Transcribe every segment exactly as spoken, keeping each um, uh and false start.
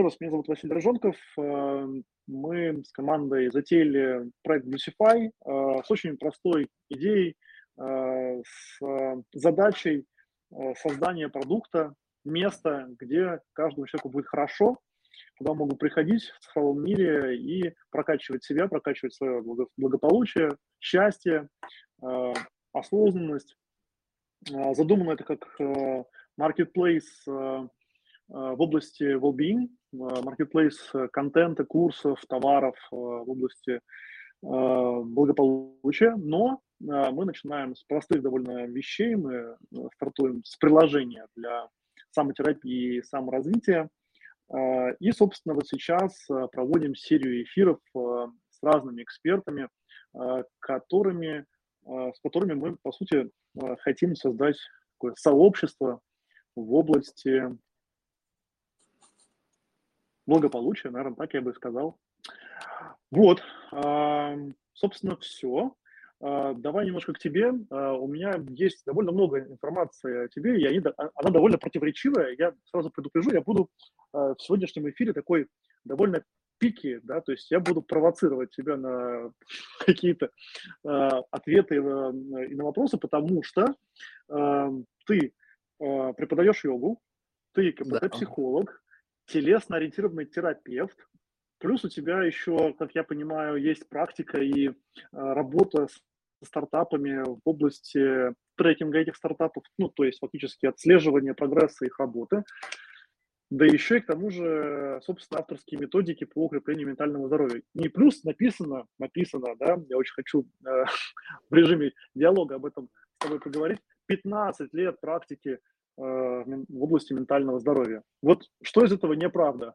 раз, меня зовут Василий Рожонков. Э, Мы с командой затеяли проект Bluesify э, с очень простой идеей, э, с э, задачей э, создания продукта, места, где каждому человеку будет хорошо, куда могут приходить в цифровом мире и прокачивать себя, прокачивать свое благо- благополучие, счастье, э, осознанность. Э, Задумано это как э, marketplace э, э, в области well-being, э, marketplace э, контента, курсов, товаров э, в области э, благополучия, но э, мы начинаем с простых довольно вещей, мы э, стартуем с приложения для самотерапии и саморазвития, Э, и, собственно, вот сейчас э, проводим серию эфиров э, с разными экспертами, э, которыми, э, с которыми мы, по сути, э, хотим создать такое сообщество в области благополучия, наверное, так я бы сказал. Вот, ам, собственно, все. Давай немножко к тебе. А, У меня есть довольно много информации о тебе, и они до- а- она довольно противоречивая. Я сразу предупрежу, я буду а, в сегодняшнем эфире такой довольно пики, да, то есть я буду провоцировать тебя на какие-то а, ответы на- на- и на вопросы, потому что ам, ты а, преподаешь йогу, ты Да. КПТ-психолог, телесно-ориентированный терапевт, плюс у тебя еще, как я понимаю, есть практика и э, работа с стартапами в области трекинга этих стартапов, ну, то есть фактически отслеживание прогресса их работы, да еще и к тому же, собственно, авторские методики по укреплению ментального здоровья. Не плюс написано, написано, да, я очень хочу э, в режиме диалога об этом с тобой поговорить, пятнадцать лет практики э, в мен- в области ментального здоровья. Вот что из этого неправда?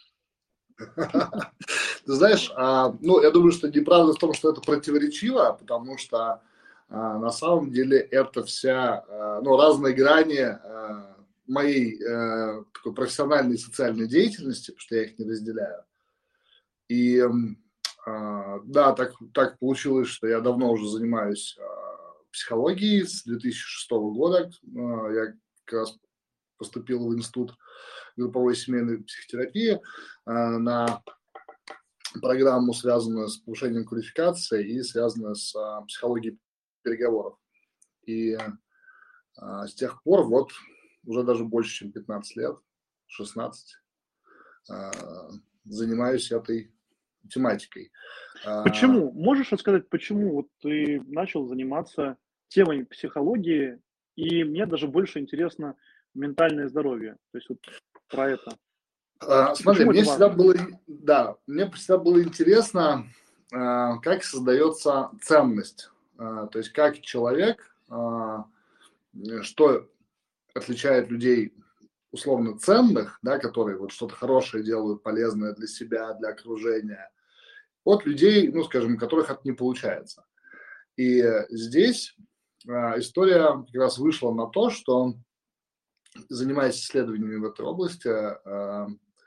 Ты знаешь, а, ну, я думаю, что неправда в том, что это противоречиво, потому что а, на самом деле это вся, а, ну, разные грани а, моей а, такой профессиональной и социальной деятельности, потому что я их не разделяю. И м, а, да, так, так получилось, что я давно уже занимаюсь а, психологией с две тысячи шестого года. А, я как раз поступил в институт групповой семейной психотерапии а, на программу, связанную с повышением квалификации и связанную с а, психологией переговоров. И а, с тех пор, вот, уже даже больше, чем пятнадцать лет, шестнадцать, а, занимаюсь этой тематикой. А, Почему? Можешь рассказать, почему вот ты начал заниматься темой психологии, и мне даже больше интересно ментальное здоровье, то есть вот про это. а, смотри, Почему это мне всегда важно? было, да, мне всегда было интересно, а, как создается ценность, а, то есть как человек, а, что отличает людей условно ценных, да, которые вот что-то хорошее делают, полезное для себя, для окружения, от людей, ну, скажем, у которых это не получается. И здесь а, история как раз вышла на то, что, занимаясь исследованиями в этой области, а,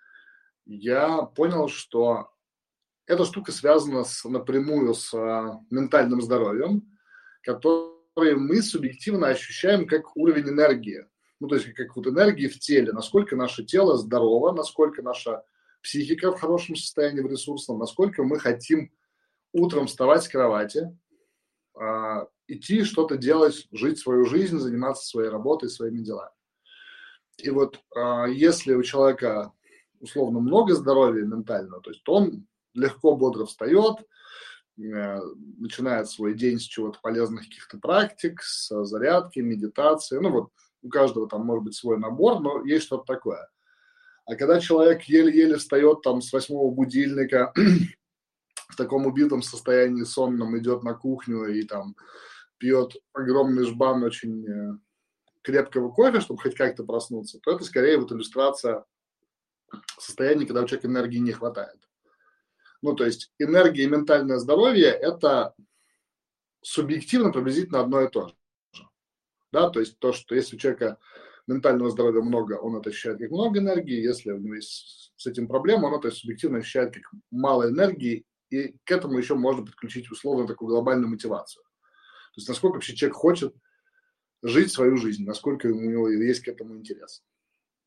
я понял, что эта штука связана с, напрямую с а, ментальным здоровьем, который мы субъективно ощущаем как уровень энергии. Ну, то есть как вот энергии в теле, насколько наше тело здорово, насколько наша психика в хорошем состоянии, в ресурсном, насколько мы хотим утром вставать с кровати, а, идти что-то делать, жить свою жизнь, заниматься своей работой, своими делами. И вот а, если у человека условно много здоровья ментального, то есть он легко, бодро встает, э, начинает свой день с чего-то полезных каких-то практик, с зарядки, медитации. Ну вот у каждого там может быть свой набор, но есть что-то такое. А когда человек еле-еле встает там с восьмого будильника, в таком убитом состоянии сонном идет на кухню и там пьет огромный жбан очень э, крепкого кофе, чтобы хоть как-то проснуться, то это скорее вот иллюстрация состояния, когда у человека энергии не хватает. Ну, то есть энергия и ментальное здоровье – это субъективно приблизительно одно и то же. Да, то есть то, что если у человека ментального здоровья много, он это ощущает как много энергии, если у него есть с этим проблема, он это субъективно ощущает как мало энергии, и к этому еще можно подключить условно такую глобальную мотивацию. То есть насколько вообще человек хочет жить свою жизнь, насколько у него есть к этому интерес.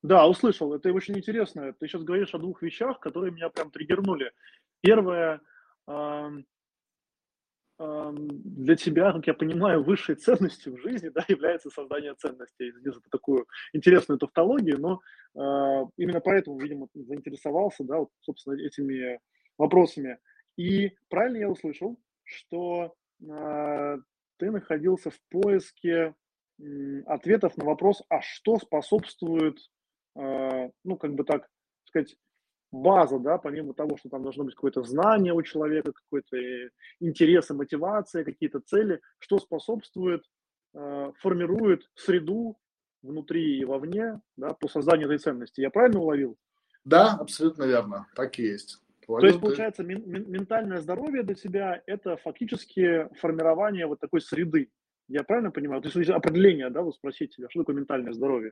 Да, услышал. Это очень интересно. Ты сейчас говоришь о двух вещах, которые меня прям триггернули. Первое, ам, ам, для тебя, как я понимаю, высшей ценностью в жизни, да, является создание ценностей. Извини за такую интересную тавтологию, но а, именно поэтому, видимо, ты заинтересовался, да, вот, собственно, этими вопросами. И правильно я услышал, что а, ты находился в поиске м, ответов на вопрос, а что способствует, а, ну, как бы так сказать, база, да, помимо того, что там должно быть какое-то знание у человека, какой-то э, интерес и мотивация, какие-то цели, что способствует, э, формирует среду внутри и вовне, да, по созданию этой ценности. Я правильно уловил? Да, абсолютно верно, так и есть. То есть, Ловил ты. получается, мен- мен- ментальное здоровье для тебя – это фактически формирование вот такой среды. Я правильно понимаю? То есть определение, да, вот спросить тебя, что такое ментальное здоровье?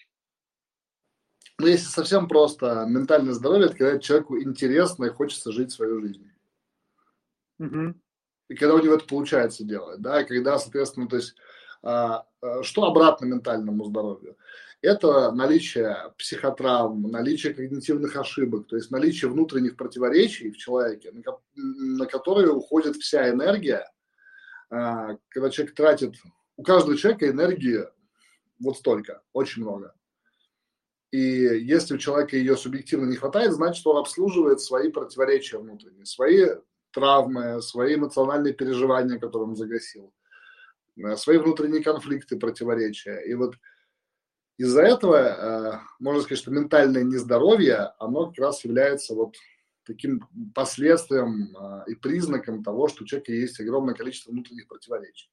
Ну, если совсем просто, ментальное здоровье – это когда человеку интересно и хочется жить свою жизнь. Мгм. И когда у него это получается делать, да, и когда, соответственно, то есть, а, а, что обратно ментальному здоровью? Это наличие психотравм, наличие когнитивных ошибок, то есть наличие внутренних противоречий в человеке, на, ко- на которые уходит вся энергия, а, когда человек тратит, у каждого человека энергии вот столько, очень много. И если у человека ее субъективно не хватает, значит, он обслуживает свои противоречия внутренние, свои травмы, свои эмоциональные переживания, которые он загасил, э, свои внутренние конфликты, противоречия. И вот из-за этого, э, можно сказать, что ментальное нездоровье, оно как раз является вот таким последствием э, и признаком того, что у человека есть огромное количество внутренних противоречий.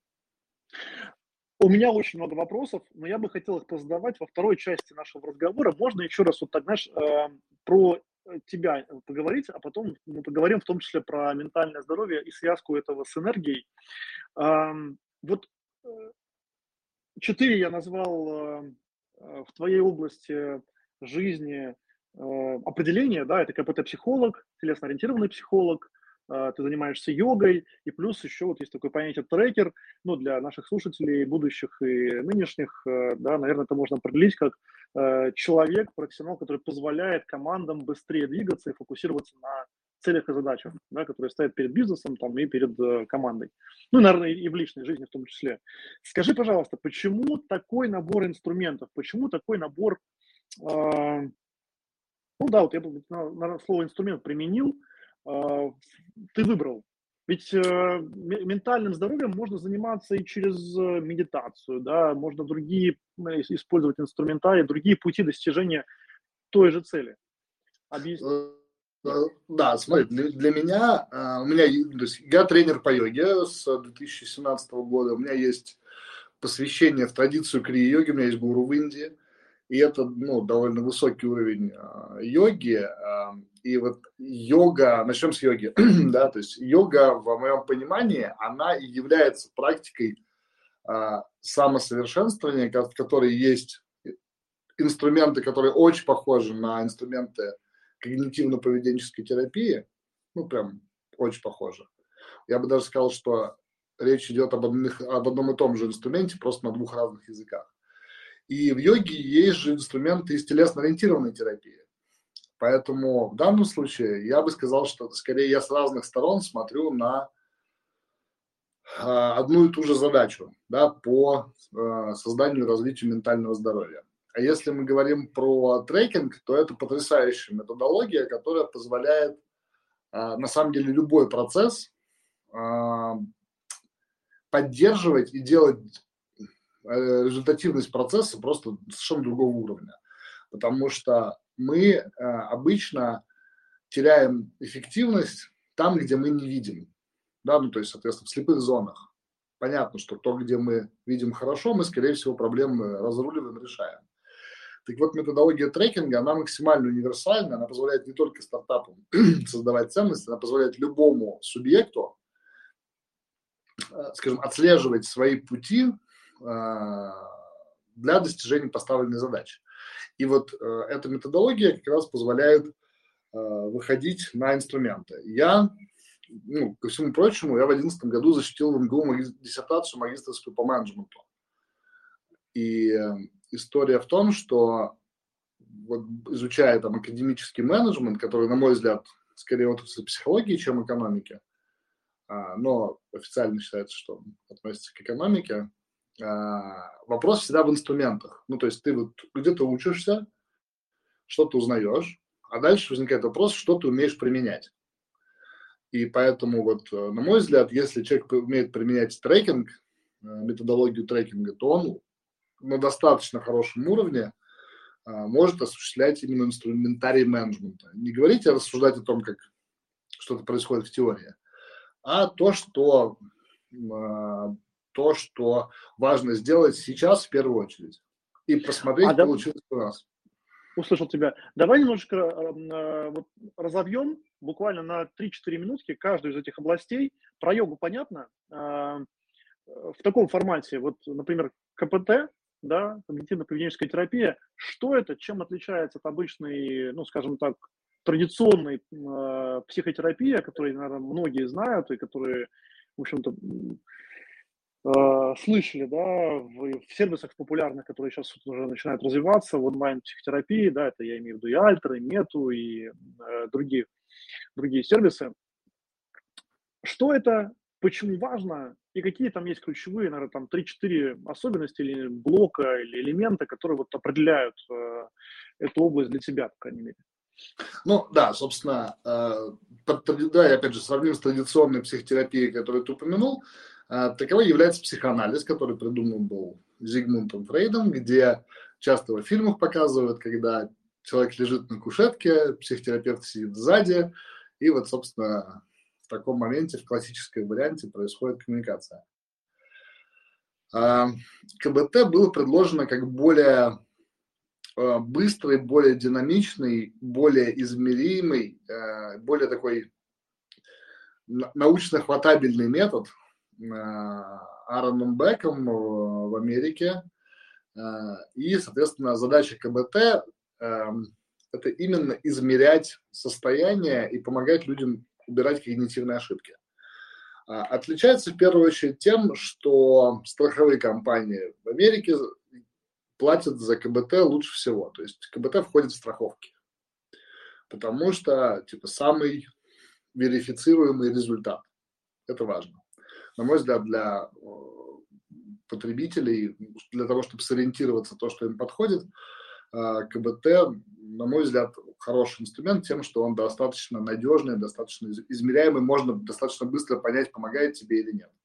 У меня очень много вопросов, но я бы хотел их позадавать во второй части нашего разговора. Можно еще раз вот так, знаешь, э, про э, тебя поговорить, а потом мы поговорим в том числе про ментальное здоровье и связку этого с энергией. Ам, Вот э, четыре я назвал э, э, в твоей области жизни э, определения, да, это ка пэ тэ-психолог, телесно-ориентированный психолог, э, ты занимаешься йогой, и плюс еще вот есть такое понятие трекер, ну, для наших слушателей, будущих и нынешних, э, да, наверное, это можно определить как э, человек, профессионал, который позволяет командам быстрее двигаться и фокусироваться на целях и задачах, да, которые стоят перед бизнесом там, и перед э, командой. Ну, наверное, и в личной жизни в том числе. Скажи, пожалуйста, почему такой набор инструментов? Почему такой набор, а, ну да, вот я бы, наверно, слово инструмент применил, а, ты выбрал? Ведь, э, ме ментальным здоровьем можно заниматься и через, э, медитацию, да, можно другие, м, ис использовать инструментарии, другие пути достижения той же цели. Объясни. Э, э, Да, смотри, для, для меня, а, у меня, е- то есть я тренер по йоге с две тысячи семнадцатого года, у меня есть посвящение в традицию крия-йоги, у меня есть гуру в Индии, и это, ну, довольно высокий уровень а, йоги, а, и вот йога, начнем с йоги, да, то есть йога, в моем понимании, она и является практикой а, самосовершенствования, ко- в которой есть инструменты, которые очень похожи на инструменты когнитивно-поведенческой терапии, ну, прям очень похожи. Я бы даже сказал, что речь идет об, одних, об одном и том же инструменте, просто на двух разных языках. И в йоге есть же инструменты из телесно-ориентированной терапии. Поэтому в данном случае я бы сказал, что скорее я с разных сторон смотрю на а, одну и ту же задачу, да, по а, созданию и развитию ментального здоровья. А если мы говорим про трекинг, то это потрясающая методология, которая позволяет а, на самом деле любой процесс а, поддерживать и делать э, результативность процесса просто совершенно другого уровня. Потому что мы э, обычно теряем эффективность там, где мы не видим. Да, ну, то есть, соответственно, в слепых зонах. Понятно, что то, где мы видим хорошо, мы, скорее всего, проблемы разруливаем, решаем. Так вот, методология трекинга, она максимально универсальна, она позволяет не только стартапам создавать ценность, она позволяет любому субъекту, э, скажем, отслеживать свои пути э, для достижения поставленной задачи. И вот э, эта методология как раз позволяет э, выходить на инструменты. Я, ну, ко всему прочему, я в две тысячи одиннадцатом году защитил в эм гэ у маги- диссертацию магистрскую по менеджменту. И э, история в том, что вот, изучая там академический менеджмент, который, на мой взгляд, скорее отрасль психологии, чем экономики, а, но официально считается, что он относится к экономике, а, вопрос всегда в инструментах. Ну, то есть ты вот где-то учишься, что-то узнаешь, а дальше возникает вопрос, что ты умеешь применять. И поэтому, вот, на мой взгляд, если человек умеет применять трекинг, методологию трекинга, то он на достаточно хорошем уровне а, может осуществлять именно инструментарий менеджмента. Не говорить, а рассуждать о том, как что-то происходит в теории, а то, что, а, то, что важно сделать сейчас в первую очередь. И посмотреть, А да, получилось у нас. услышал тебя. Давай немножко э, вот, разовьем буквально на три-четыре минутки каждую из этих областей. Про йогу понятно. Э, в таком формате, вот, например, КПТ, да, когнитивно-поведенческая терапия, что это, чем отличается от обычной, ну, скажем так, традиционной э, психотерапии, о которой, наверное, многие знают и которые, в общем-то, э, слышали, да, в, в сервисах популярных, которые сейчас уже начинают развиваться, в онлайн-психотерапии, да, это я имею в виду и Альтер, и Мету, и э, другие, другие сервисы. Что это, почему важно, и какие там есть ключевые, наверное, там три-четыре особенности или блока, или элемента, которые вот определяют э, эту область для себя, по крайней мере. Ну, да, собственно, э, под, да, я опять же сравним с традиционной психотерапией, которую ты упомянул, э, таковой является психоанализ, который придуман был Зигмундом Фрейдом, где часто его в фильмах показывают, когда человек лежит на кушетке, психотерапевт сидит сзади, и вот, собственно, в таком моменте, в классическом варианте, происходит коммуникация. Э, КБТ было предложено как более быстрый, более динамичный, более измеримый, более такой научно-хватабельный метод Аароном Беком в Америке. И, соответственно, задача КБТ – это именно измерять состояние и помогать людям убирать когнитивные ошибки. Отличается в первую очередь тем, что страховые компании в Америке платят за КБТ лучше всего. То есть КБТ входит в страховки. Потому что, типа, самый верифицируемый результат. Это важно. На мой взгляд, для потребителей, для того, чтобы сориентироваться в то, что им подходит, КБТ, на мой взгляд, хороший инструмент тем, что он достаточно надежный, достаточно измеряемый, можно достаточно быстро понять, помогает тебе или нет.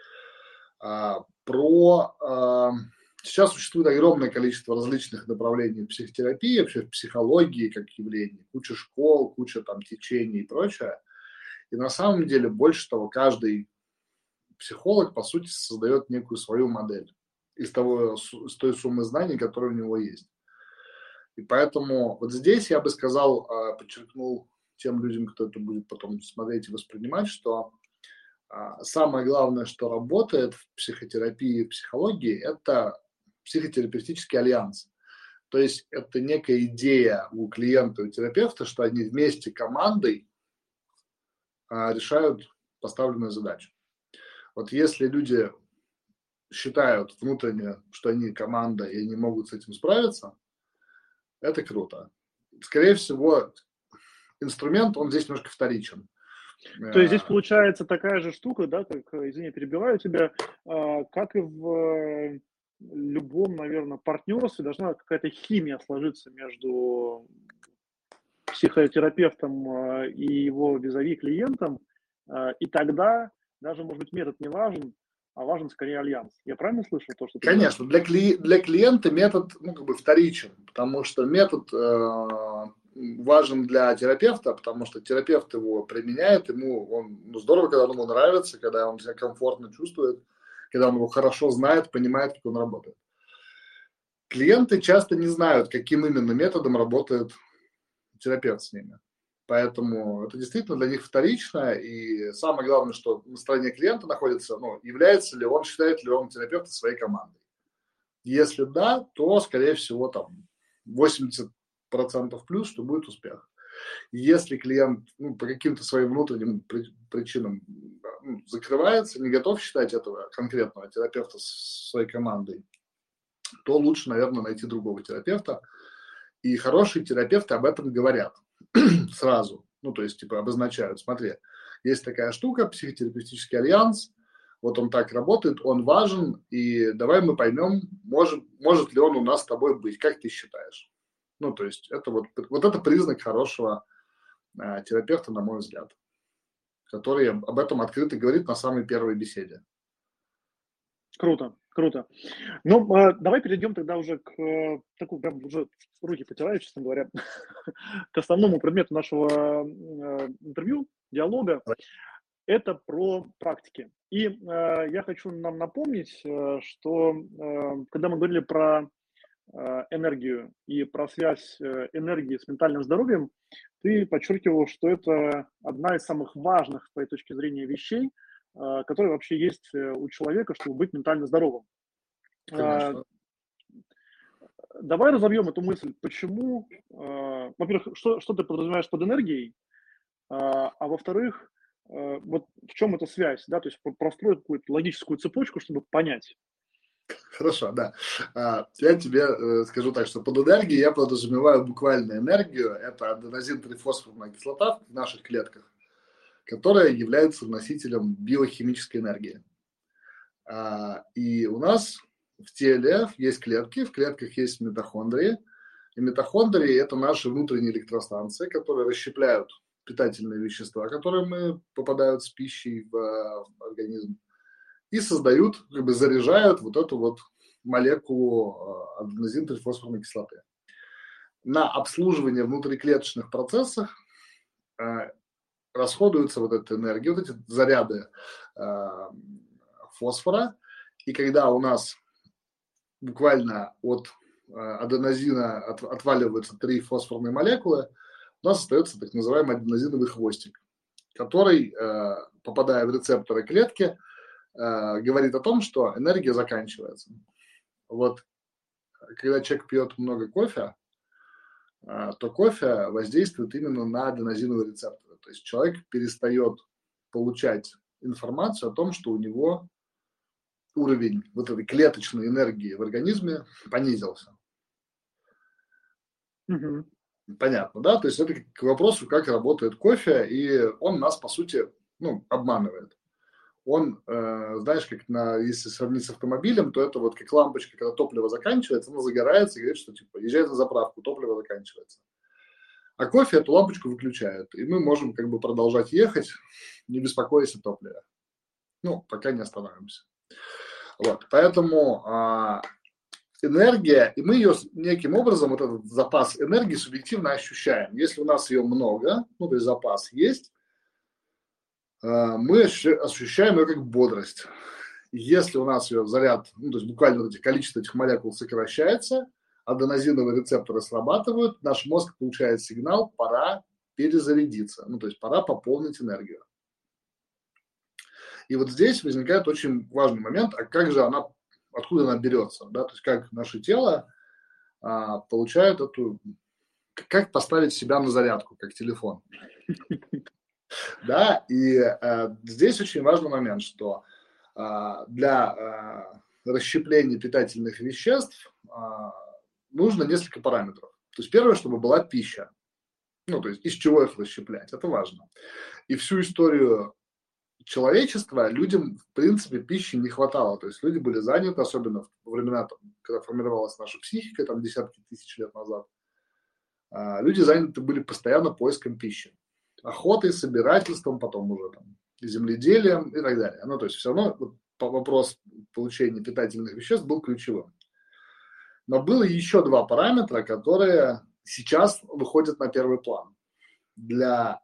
Про... Сейчас существует огромное количество различных направлений в психотерапии, вообще в психологии как явлении, куча школ, куча там течений и прочее. И на самом деле, больше того, каждый психолог, по сути, создает некую свою модель из, того, из той суммы знаний, которая у него есть. И поэтому вот здесь я бы сказал, подчеркнул тем людям, кто это будет потом смотреть и воспринимать, что самое главное, что работает в психотерапии и в психологии, это психотерапевтический альянс. То есть это некая идея у клиента и у терапевта, что они вместе командой а, решают поставленную задачу. Вот если люди считают внутренне, что они команда и они могут с этим справиться, это круто. Скорее всего, инструмент, он здесь немножко вторичен. То есть здесь получается такая же штука, да, как, извини, перебиваю тебя, как и в любом, наверное, партнерстве должна какая-то химия сложиться между психотерапевтом и его визави клиентом, и тогда даже, может быть, метод не важен, а важен скорее альянс. Я правильно слышал то, что ты Конечно, для, кли... для клиента метод, ну, как бы вторичен, потому что метод э, важен для терапевта, потому что терапевт его применяет, ему он, ну, здорово, когда он ему нравится, когда он себя комфортно чувствует, когда он его хорошо знает, понимает, как он работает. Клиенты часто не знают, каким именно методом работает терапевт с ними. Поэтому это действительно для них вторично, и самое главное, что на стороне клиента находится, ну, является ли он, считает ли он терапевта своей командой. Если да, то, скорее всего, там восемьдесят процентов плюс, что будет успех. Если клиент, ну, по каким-то своим внутренним причинам, ну, закрывается, не готов считать этого конкретного терапевта своей командой, то лучше, наверное, найти другого терапевта. И хорошие терапевты об этом говорят сразу. Ну, то есть, типа, обозначают, смотри, есть такая штука, психотерапевтический альянс, вот он так работает, он важен, и давай мы поймем, может, может ли он у нас с тобой быть, как ты считаешь? Ну, то есть, это вот, вот это признак хорошего э, терапевта, на мой взгляд, который об этом открыто говорит на самой первой беседе. Круто, круто. Ну, э, давай перейдем тогда уже к э, такому, прям уже руки потираю, честно говоря, к основному предмету нашего э, интервью, диалога. Это про практики. И э, я хочу нам напомнить, э, что э, когда мы говорили про э, энергию и про связь э, энергии с ментальным здоровьем, ты подчеркивал, что это одна из самых важных, с твоей точки зрения, вещей, э, которые вообще есть э, у человека, чтобы быть ментально здоровым. Э, Конечно. давай разобьем эту мысль. Почему, э, во-первых, что, что ты подразумеваешь под энергией, а, а во-вторых, э, вот в чем эта связь, да, то есть про- простроить какую-то логическую цепочку, чтобы понять. Хорошо, да. А, Я тебе э, скажу так, что под энергией я подразумеваю буквально энергию. Это аденозин-трифосфорная кислота в наших клетках, которая является носителем биохимической энергии. А, И у нас в теле есть клетки, в клетках есть митохондрии. И митохондрии – это наши внутренние электростанции, которые расщепляют питательные вещества, которые мы попадают с пищей в э, организм, и создают, как бы заряжают вот эту вот молекулу э, аденозин-трифосфорной кислоты. На обслуживание внутриклеточных процессов э, расходуется вот эта энергия, вот эти заряды э, фосфора. И когда у нас буквально от э, аденозина от, отваливаются три фосфорные молекулы, у нас остается так называемый аденозиновый хвостик, который, э, попадая в рецепторы клетки, э, говорит о том, что энергия заканчивается. Вот когда человек пьет много кофе, э, то кофе воздействует именно на аденозиновые рецепторы. То есть человек перестает получать информацию о том, что у него уровень вот этой клеточной энергии в организме понизился. Мгм. Понятно, да? То есть это к вопросу, как работает кофе, и он нас, по сути, ну, обманывает. Он, э, знаешь, как на, если сравнить с автомобилем, то это вот как лампочка, когда топливо заканчивается, она загорается и говорит, что типа езжай на заправку, топливо заканчивается. А кофе эту лампочку выключает, и мы можем как бы продолжать ехать, не беспокоясь о топливе. Ну, пока не остановимся. Вот, поэтому а, энергия, и мы ее неким образом, вот этот запас энергии субъективно ощущаем. Если у нас ее много, ну, то есть запас есть, мы ощущаем ее как бодрость. Если у нас ее заряд, ну, то есть буквально вот эти, количество этих молекул сокращается, аденозиновые рецепторы срабатывают, наш мозг получает сигнал, пора перезарядиться, ну, то есть пора пополнить энергию. И вот здесь возникает очень важный момент, а как же она, откуда она берется, да, то есть как наше тело а, получает эту, как поставить себя на зарядку, как телефон. Да, и а, здесь очень важный момент, что а, для а, расщепления питательных веществ а, нужно несколько параметров. То есть первое, чтобы была пища. Ну, то есть из чего их расщеплять, это важно. И всю историю человечества людям, в принципе, пищи не хватало. То есть люди были заняты, особенно во времена, там, когда формировалась наша психика, там, десятки тысяч лет назад. А, люди заняты были постоянно поиском пищи. Охотой, собирательством, потом уже там, земледелием и так далее. Ну, то есть все равно вот, вопрос получения питательных веществ был ключевым. Но было еще два параметра, которые сейчас выходят на первый план. Для,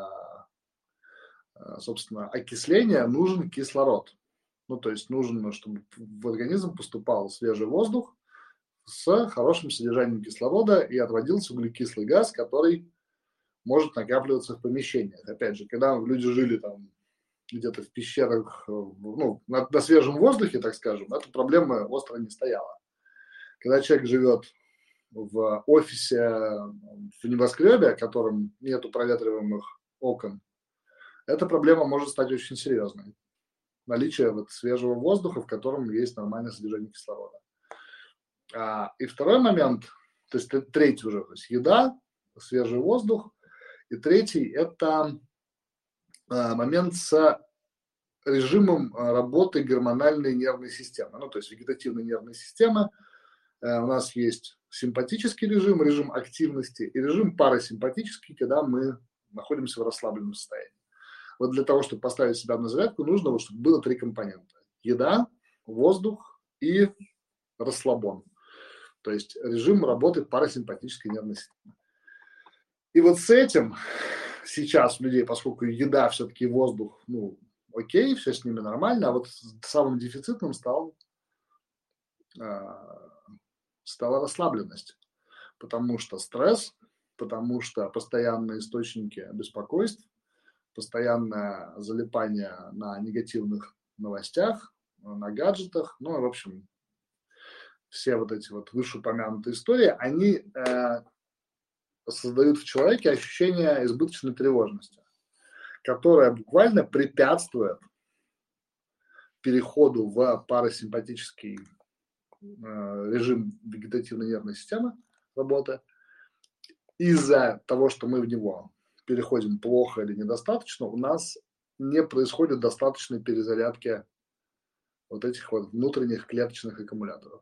собственно, окисления нужен кислород. Ну, то есть нужно, чтобы в организм поступал свежий воздух с хорошим содержанием кислорода и отводился углекислый газ, который может накапливаться в помещениях. Опять же, когда люди жили там где-то в пещерах, ну, на, на свежем воздухе, так скажем, эта проблема остро не стояла. Когда человек живет в офисе, в небоскребе, в котором нету проветриваемых окон, эта проблема может стать очень серьезной. Наличие вот свежего воздуха, в котором есть нормальное содержание кислорода. А, и второй момент, то есть третий уже, то есть еда, свежий воздух, и третий – это а, момент с режимом работы гормональной нервной системы, ну, то есть вегетативной нервной системы. У нас есть симпатический режим, режим активности, и режим парасимпатический, когда мы находимся в расслабленном состоянии. Вот для того, чтобы поставить себя на зарядку, нужно, вот, чтобы было три компонента. Еда, воздух и расслабон. То есть режим работы парасимпатической нервной системы. И вот с этим сейчас у людей, поскольку еда все-таки воздух, ну, окей, все с ними нормально, а вот самым дефицитным стал, э, стала расслабленность. Потому что стресс, потому что постоянные источники беспокойств, постоянное залипание на негативных новостях, на гаджетах, ну, в общем, все вот эти вот вышеупомянутые истории, они э, создают в человеке ощущение избыточной тревожности, которая буквально препятствует переходу в парасимпатический э, режим вегетативной нервной системы работы. Из-за того, что мы в него переходим плохо или недостаточно, у нас не происходит достаточной перезарядки вот этих вот внутренних клеточных аккумуляторов.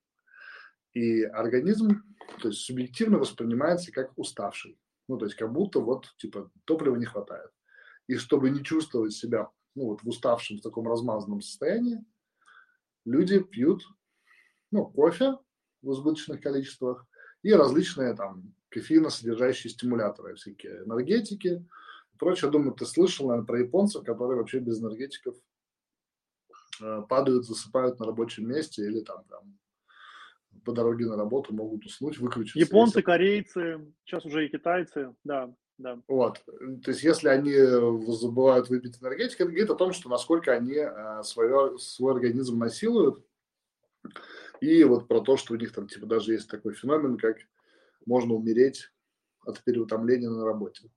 И организм, то есть субъективно воспринимается как уставший. Ну, то есть как будто вот, типа, топлива не хватает. И чтобы не чувствовать себя, ну, вот в уставшем, в таком размазанном состоянии, люди пьют, ну, кофе в избыточных количествах и различные там кофеиносодержащие стимуляторы, всякие энергетики и прочее. Думаю, ты слышал, наверное, про японцев, которые вообще без энергетиков э, падают, засыпают на рабочем месте или там, там по дороге на работу могут уснуть, выключиться. Японцы, корейцы, сейчас уже и китайцы, да, да. Вот, то есть если они забывают выпить энергетик, это говорит о том, что насколько они э, свое, свой организм насилуют, и вот про то, что у них там типа даже есть такой феномен, как можно умереть от переутомления на работе.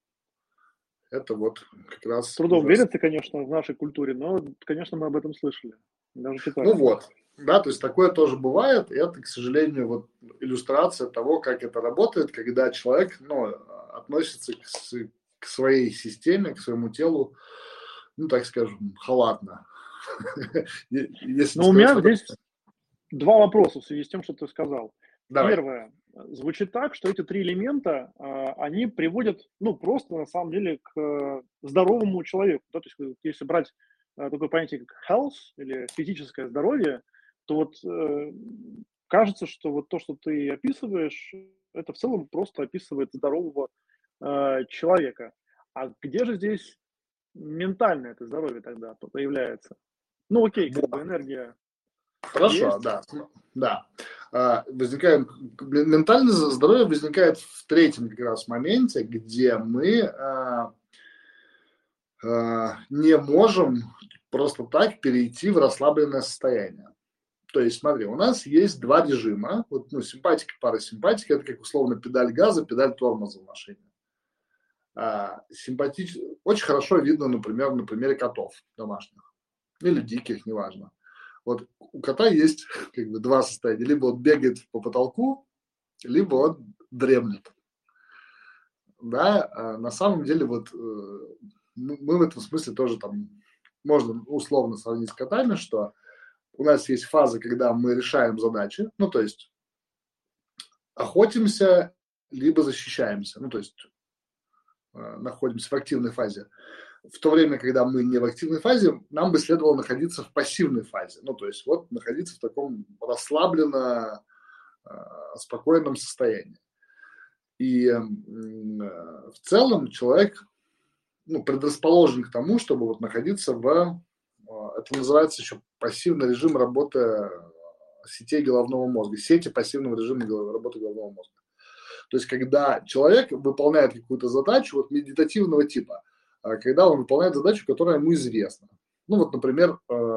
Это вот как раз... С трудом ужасно. верится, конечно, в нашей культуре, но, конечно, мы об этом слышали, даже читали. Ну вот, да, то есть такое тоже бывает, и это, к сожалению, вот иллюстрация того, как это работает, когда человек, ну, относится к, к своей системе, к своему телу, ну, так скажем, халатно. Но у меня здесь два вопроса в связи с тем, что ты сказал. Давай. Первое. Звучит так, что эти три элемента, они приводят, ну, просто, на самом деле, к здоровому человеку. Да? То есть, если брать такое понятие, как health, или физическое здоровье, то вот э, кажется, что вот то, что ты описываешь, это в целом просто описывает здорового э, человека. А где же здесь ментальное это здоровье тогда появляется? Ну, окей, как бы энергия. Хорошо, есть. да, да. А, возникает, ментальное здоровье возникает в третьем как раз моменте, где мы а, а, не можем просто так перейти в расслабленное состояние. То есть, смотри, у нас есть два режима. Вот, ну, симпатика, парасимпатика – это как условно педаль газа, педаль тормоза в машине. А, симпатич... Очень хорошо видно, например, на примере котов домашних или диких, неважно. Вот у кота есть как бы два состояния. Либо он бегает по потолку, либо он дремлет. Да, а на самом деле вот мы в этом смысле тоже там можно условно сравнить с котами, что у нас есть фаза, когда мы решаем задачи, ну то есть охотимся, либо защищаемся, ну то есть находимся в активной фазе. В то время, когда мы не в активной фазе, нам бы следовало находиться в пассивной фазе. Ну, то есть вот находиться в таком расслабленно, спокойном состоянии. И в целом человек, ну, предрасположен к тому, чтобы вот находиться в... Это называется еще пассивный режим работы сетей головного мозга. Сети пассивного режима работы головного мозга. То есть когда человек выполняет какую-то задачу вот медитативного типа, когда он выполняет задачу, которая ему известна. Ну вот, например,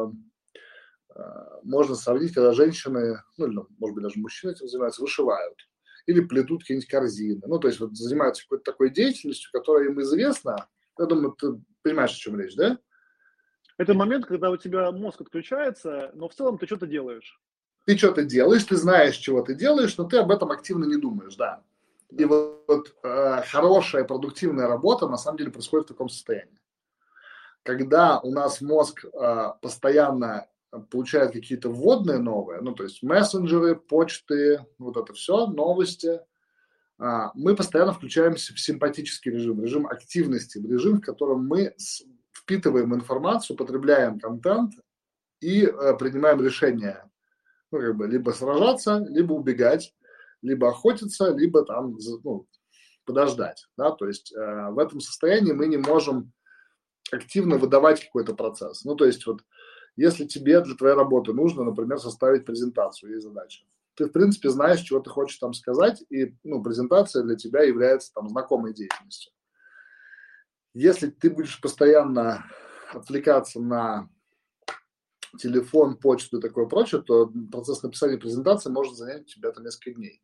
можно сравнить, когда женщины, ну или, может быть, даже мужчины этим занимаются, вышивают или плетут какие-нибудь корзины. Ну, то есть вот занимаются какой-то такой деятельностью, которая им известна. Я думаю, ты понимаешь, о чем речь, да? Это момент, когда у тебя мозг отключается, но в целом ты что-то делаешь. ты что-то делаешь, ты знаешь, чего ты делаешь, но ты об этом активно не думаешь, да. И вот, вот э, хорошая продуктивная работа на самом деле происходит в таком состоянии. Когда у нас мозг э, постоянно получает какие-то вводные новые, ну, то есть мессенджеры, почты, вот это все, новости, э, мы постоянно включаемся в симпатический режим, режим активности, в режим, в котором мы с, впитываем информацию, потребляем контент и э, принимаем решения, ну, как бы, либо сражаться, либо убегать, либо охотиться, либо там, ну, подождать, да, то есть э, в этом состоянии мы не можем активно выдавать какой-то процесс. Ну, то есть вот если тебе для твоей работы нужно, например, составить презентацию, есть задача, ты, в принципе, знаешь, чего ты хочешь там сказать, и, ну, презентация для тебя является там знакомой деятельностью. Если ты будешь постоянно отвлекаться на телефон, почту и такое прочее, то процесс написания презентации может занять у тебя там несколько дней.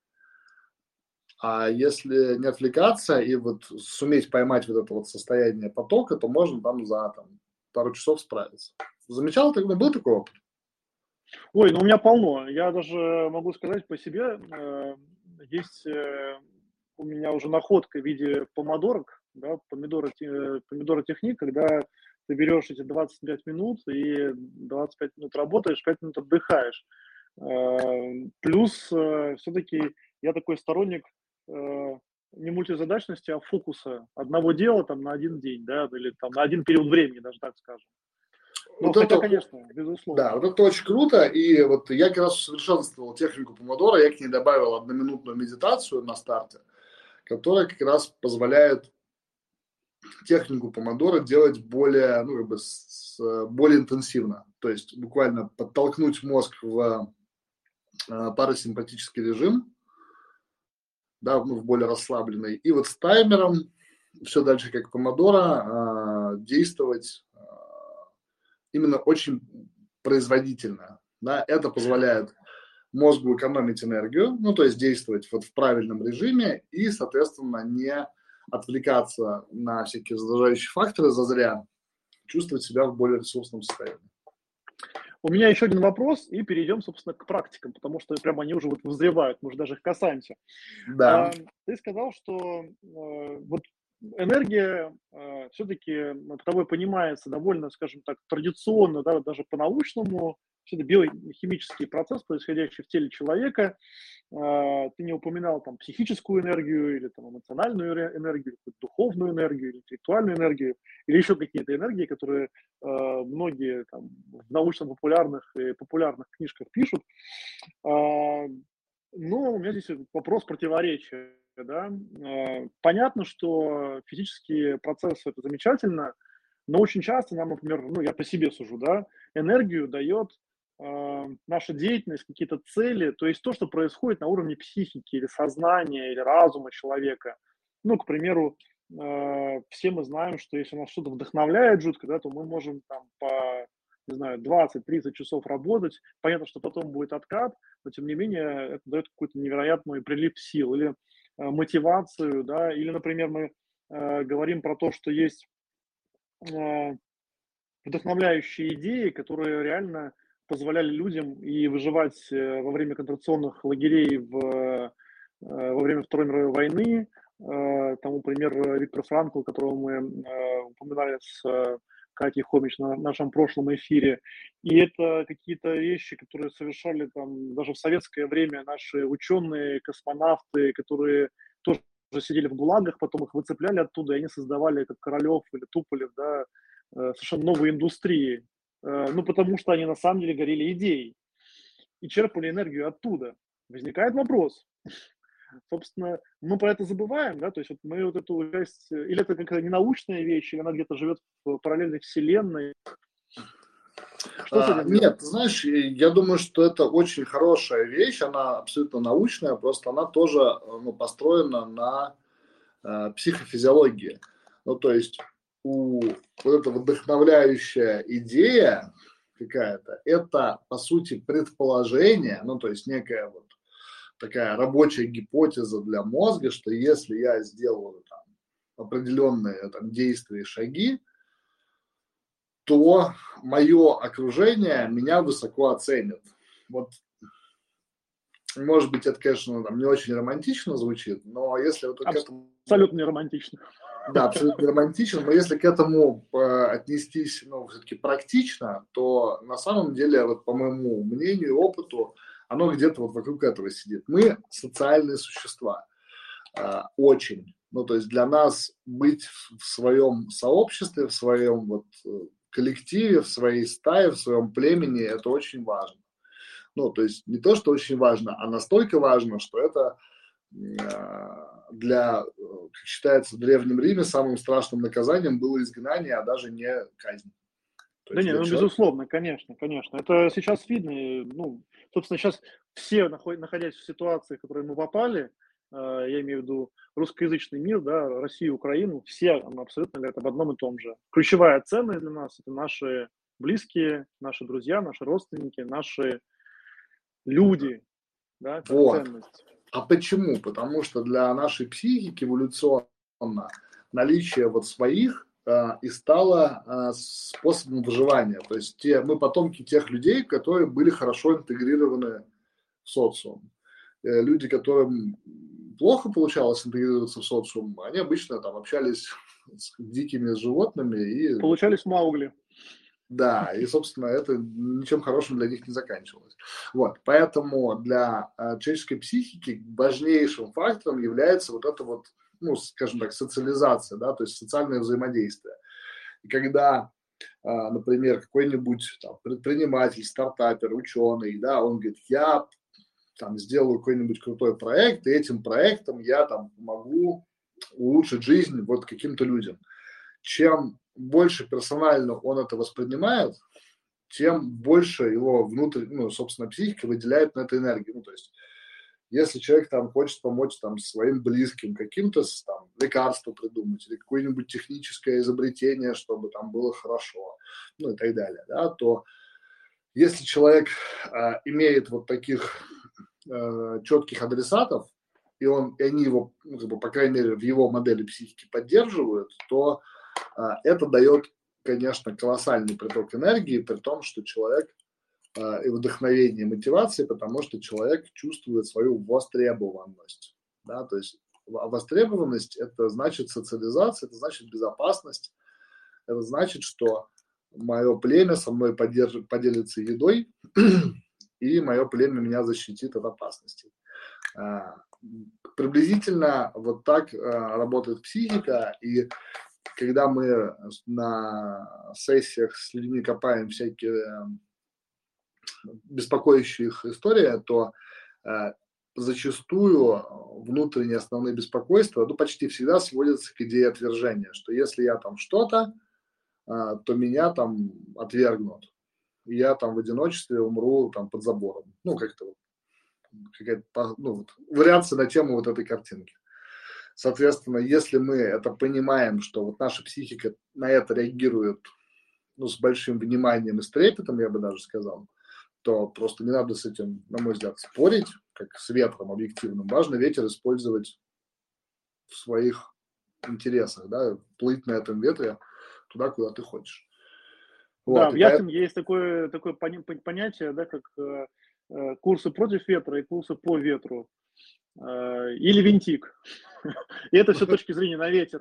А если не отвлекаться и вот суметь поймать вот это вот состояние потока, то можно там за там, пару часов справиться. Замечал, тогда был такой опыт? Ой, ну у меня полно. Я даже могу сказать по себе, э, есть э, у меня уже находка в виде помодорок, да, помидора, те- помидора техник, когда ты берешь эти двадцать пять минут и двадцать пять минут работаешь, пять минут отдыхаешь. Э, Плюс все-таки я такой сторонник э, не мультизадачности, а фокуса одного дела там на один день, да, или там на один период времени, даже так скажем. Ну, Вот хотя, это, конечно, да, безусловно. вот это очень круто. И вот я как раз усовершенствовал технику помодора, я к ней добавил одноминутную медитацию на старте, которая как раз позволяет технику помодора делать более, ну, как бы с, с- более интенсивно. То есть буквально подтолкнуть мозг в э, парасимпатический режим, да, ну, в более расслабленный. И вот с таймером все дальше как помодора э, действовать э, именно очень производительно. Да, это позволяет мозгу экономить энергию, ну, то есть действовать вот в правильном режиме и, соответственно, не отвлекаться на всякие раздражающие факторы зазря, чувствовать себя в более ресурсном состоянии. У меня еще один вопрос, и перейдем, собственно, к практикам, потому что прямо они уже вот вызревают, мы уже даже их касаемся. Да, А, Ты сказал, что э, вот энергия э, все-таки тобой понимается довольно, скажем так, традиционно, да, вот даже по-научному, все это биохимический процесс, происходящий в теле человека. А, Ты не упоминал там психическую энергию или там эмоциональную ре- энергию, или духовную энергию, или интеллектуальную энергию, или еще какие-то энергии, которые э, многие там в научно-популярных и популярных книжках пишут. А, Ну, у меня здесь вопрос противоречия, да. Э, Понятно, что физические процессы это замечательно, но очень часто нам, например, ну, я по себе сужу, да, энергию дает э, наша деятельность, какие-то цели, то есть то, что происходит на уровне психики или сознания, или разума человека. Ну, к примеру, э, все мы знаем, что если нас что-то вдохновляет жутко, да, то мы можем там по, не знаю, двадцать-тридцать часов работать. Понятно, что потом будет откат, но тем не менее это дает какой-то невероятный прилив сил или э, мотивацию, да, или, например, мы э, говорим про то, что есть э, вдохновляющие идеи, которые реально позволяли людям и выживать э, во время концентрационных лагерей в, э, во время Второй мировой войны. Э, Тому пример э, Виктор Франкл, которого мы э, упоминали с э, Катей Хомич на нашем прошлом эфире. И это какие-то вещи, которые совершали там даже в советское время наши ученые, космонавты, которые тоже сидели в ГУЛАГах, потом их выцепляли оттуда, и они создавали, как Королев или Туполев, да, э, совершенно новые индустрии. Э, Ну, потому что они на самом деле горели идеей и черпали энергию оттуда. Возникает вопрос, собственно, мы про это забываем, да, то есть вот мы вот эту часть, э, или это какая-то ненаучная вещь, или она где-то живет в параллельной вселенной. Что с А, этим делать? нет, ты знаешь, э, я думаю, что это очень хорошая вещь, она абсолютно научная, просто она тоже э, ну, построена на э, психофизиологии. Ну, то есть у вот эта вдохновляющая идея какая-то, это, по сути, предположение, ну, то есть некая вот такая рабочая гипотеза для мозга, что если я сделаю там определенные там действия и шаги, то мое окружение меня высоко оценит. Вот может быть, это, конечно, там, не очень романтично звучит, но если вот к этому... Абсолютно не романтично. Да, абсолютно не романтично, но если к этому э, отнестись, ну, все-таки практично, то на самом деле, вот по моему мнению и опыту, оно где-то вот вокруг этого сидит. Мы социальные существа, э, очень. Ну, то есть для нас быть в, в своем сообществе, в своем вот э, коллективе, в своей стае, в своем племени, это очень важно. Ну, то есть не то, что очень важно, а настолько важно, что это для, как считается, в Древнем Риме самым страшным наказанием было изгнание, а даже не казнь. То Да есть не, для ну человека... безусловно, конечно, конечно. Это сейчас видно, и, ну, собственно, сейчас все, наход- находясь в ситуации, в которую мы попали, э, я имею в виду русскоязычный мир, да, Россию, Украину, все ну, абсолютно говорят об одном и том же. Ключевая ценность для нас – это наши близкие, наши друзья, наши родственники, наши люди, да, как Вот. ценность. А почему? Потому что для нашей психики эволюционно наличие вот своих э, и стало э, способом выживания. То есть те, мы потомки тех людей, которые были хорошо интегрированы в социум. Э, люди, которым плохо получалось интегрироваться в социум, они обычно там общались с дикими животными и Получались Маугли. да, и, собственно, это ничем хорошим для них не заканчивалось. Вот, поэтому для э, человеческой психики важнейшим фактором является вот это вот, ну, скажем так, социализация, да, то есть социальное взаимодействие. И когда, э, например, какой-нибудь там, предприниматель, стартапер, ученый, да, он говорит, я там сделаю какой-нибудь крутой проект, и этим проектом я там могу улучшить жизнь вот каким-то людям. Чем больше персонально он это воспринимает, тем больше его внутрь, ну, собственно, психика выделяет на это энергию. Ну, то есть, если человек там хочет помочь там своим близким каким-то там лекарство придумать или какое-нибудь техническое изобретение, чтобы там было хорошо, ну и так далее, да, то если человек э, имеет вот таких э, четких адресатов, и он, и они его, ну, как бы, по крайней мере, в его модели психики поддерживают, то а, это дает, конечно, колоссальный приток энергии, при том, что человек а, и вдохновение, и мотивации, потому что человек чувствует свою востребованность. Да? То есть востребованность – это значит социализация, это значит безопасность, это значит, что мое племя со мной поддержит, поделится едой, и мое племя меня защитит от опасностей. А, приблизительно вот так а, работает психика, и когда мы на сессиях с людьми копаем всякие беспокоящие их истории, то э, зачастую внутренние основные беспокойства, ну, почти всегда сводятся к идее отвержения, что если я там что-то, э, то меня там отвергнут, и я там в одиночестве умру там под забором. Ну, как-то вот, какая-то, ну, вот, вариация на тему вот этой картинки. Соответственно, если мы это понимаем, что вот наша психика на это реагирует, ну, с большим вниманием и с трепетом, я бы даже сказал, то просто не надо с этим, на мой взгляд, спорить, как с ветром объективным. Важно ветер использовать в своих интересах, да, плыть на этом ветре туда, куда ты хочешь. Да, Вот, в и поэтому, яхтинге есть такое, такое пони- понятие, да, как э, э, курсы против ветра и курсы по ветру. Э, или винтик. И это все точки зрения на ветер.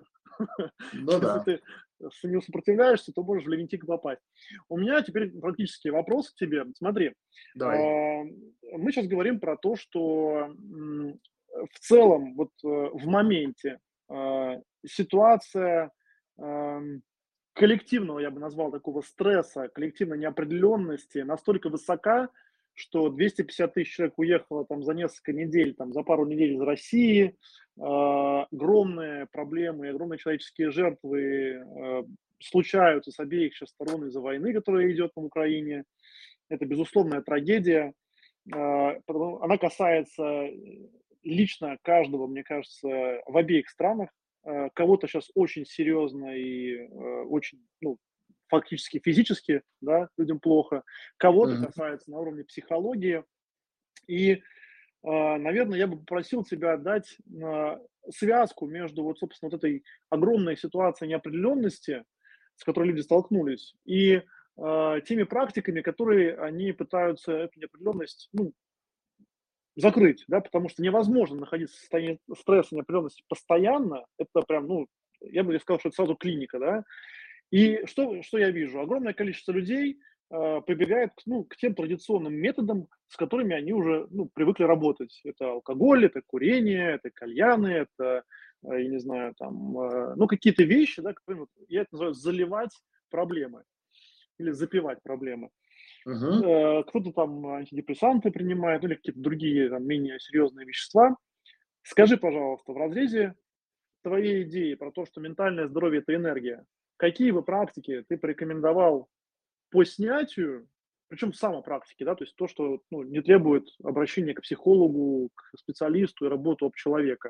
ну Если да, ты не сопротивляешься, то можешь в винтик попасть. У меня теперь практический вопрос к тебе. Смотри, э, давай. мы сейчас говорим про то, что м, в целом, вот э, в моменте э, ситуация эм, коллективного, я бы назвал, такого стресса, коллективной неопределенности настолько высока, что двести пятьдесят тысяч человек уехало там за несколько недель, там за пару недель из России, э, огромные проблемы, огромные человеческие жертвы э, случаются с обеих сейчас сторон из-за войны, которая идет в Украине. Это безусловная трагедия. Э, она касается лично каждого, мне кажется, в обеих странах. Э, кого-то сейчас очень серьезно и э, очень, ну, фактически физически, да, людям плохо. Кого-то Мгм. касается на уровне психологии. И, э, наверное, я бы попросил тебя дать э, связку между вот, собственно, вот этой огромной ситуацией неопределенности, с которой люди столкнулись, и э, теми практиками, которые они пытаются эту неопределенность, ну, закрыть, да, потому что невозможно находиться в состоянии стресса, неопределенности постоянно. Это прям, ну, я бы сказал, что это сразу клиника, да. И что, что я вижу? Огромное количество людей э, прибегает к, ну, к тем традиционным методам, с которыми они уже ну, привыкли работать. Это алкоголь, это курение, это кальяны, это, э, я не знаю, там, э, ну, какие-то вещи, да, которые, вот, я это называю, заливать проблемы или запивать проблемы. Угу. Э, кто-то там антидепрессанты принимает, ну, или какие-то другие там, менее серьезные вещества. Скажи, пожалуйста, в разрезе твоей идеи про то, что ментальное здоровье – это энергия, какие бы практики ты порекомендовал по снятию, причем самопрактики, да, то есть то, что ну, не требует обращения к психологу, к специалисту и работу об человека.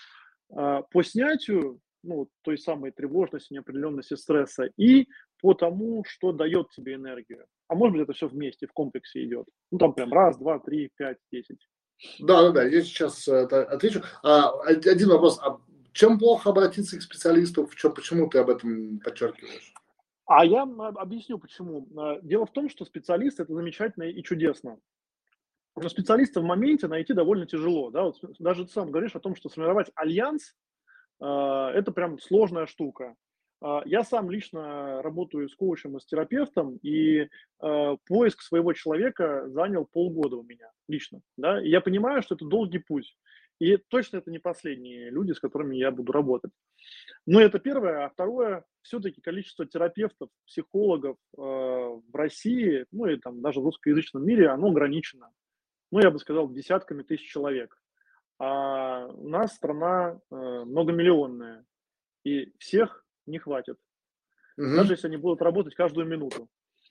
А, по снятию ну, той самой тревожности, неопределенности, стресса и по тому, что дает тебе энергию. А может быть, это все вместе, в комплексе идет. Ну, там прям раз, два, три, пять, десять. Да, да, да, я сейчас это отвечу. А, один вопрос. А чем плохо обратиться к специалисту? В чем, почему ты об этом подчеркиваешь? А я объясню почему. А, дело в том, что специалист – это замечательно и чудесно. Но специалиста в моменте найти довольно тяжело. Да? Вот даже ты сам говоришь о том, что сформировать альянс – это прям сложная штука. Я сам лично работаю с коучем и с терапевтом, и поиск своего человека занял полгода у меня лично. Да? И я понимаю, что это долгий путь. И точно это не последние люди, с которыми я буду работать. Ну, это первое. А второе, все-таки количество терапевтов, психологов э, в России, ну и там даже в русскоязычном мире, оно ограничено. Ну, я бы сказал, десятками тысяч человек. А у нас страна э, многомиллионная, и всех не хватит, даже Угу. если они будут работать каждую минуту.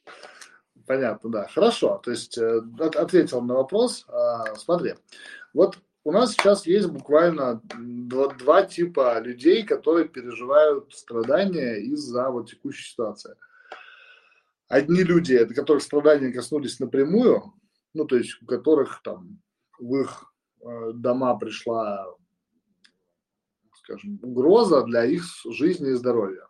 Понятно, да. Хорошо. То есть э, от, ответил на вопрос. А, смотри, вот у нас сейчас есть буквально два, два типа людей, которые переживают страдания из-за вот текущей ситуации. Одни люди, это которых страдания коснулись напрямую, ну, то есть у которых там в их э, дома пришла, скажем, угроза для их жизни и здоровья.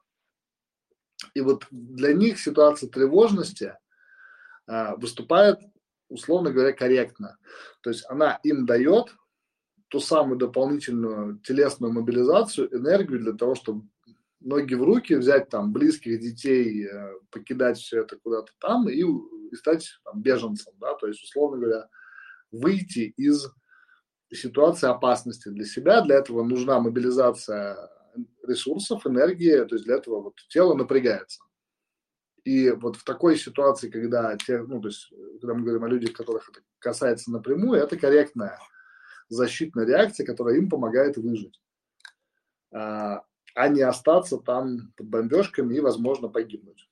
И вот для них ситуация тревожности э, выступает, условно говоря, корректно. То есть она им дает ту самую дополнительную телесную мобилизацию, энергию для того, чтобы ноги в руки, взять там близких детей, э, покидать все это куда-то там и, и стать там, беженцем, да, то есть, условно говоря, выйти из ситуации опасности для себя. Для этого нужна мобилизация ресурсов, энергии, то есть для этого вот тело напрягается. И вот в такой ситуации, когда, те, ну, то есть, когда мы говорим о людях, которых это касается напрямую, это корректная защитная реакция, которая им помогает выжить, а, а не остаться там под бомбежками и, возможно, погибнуть.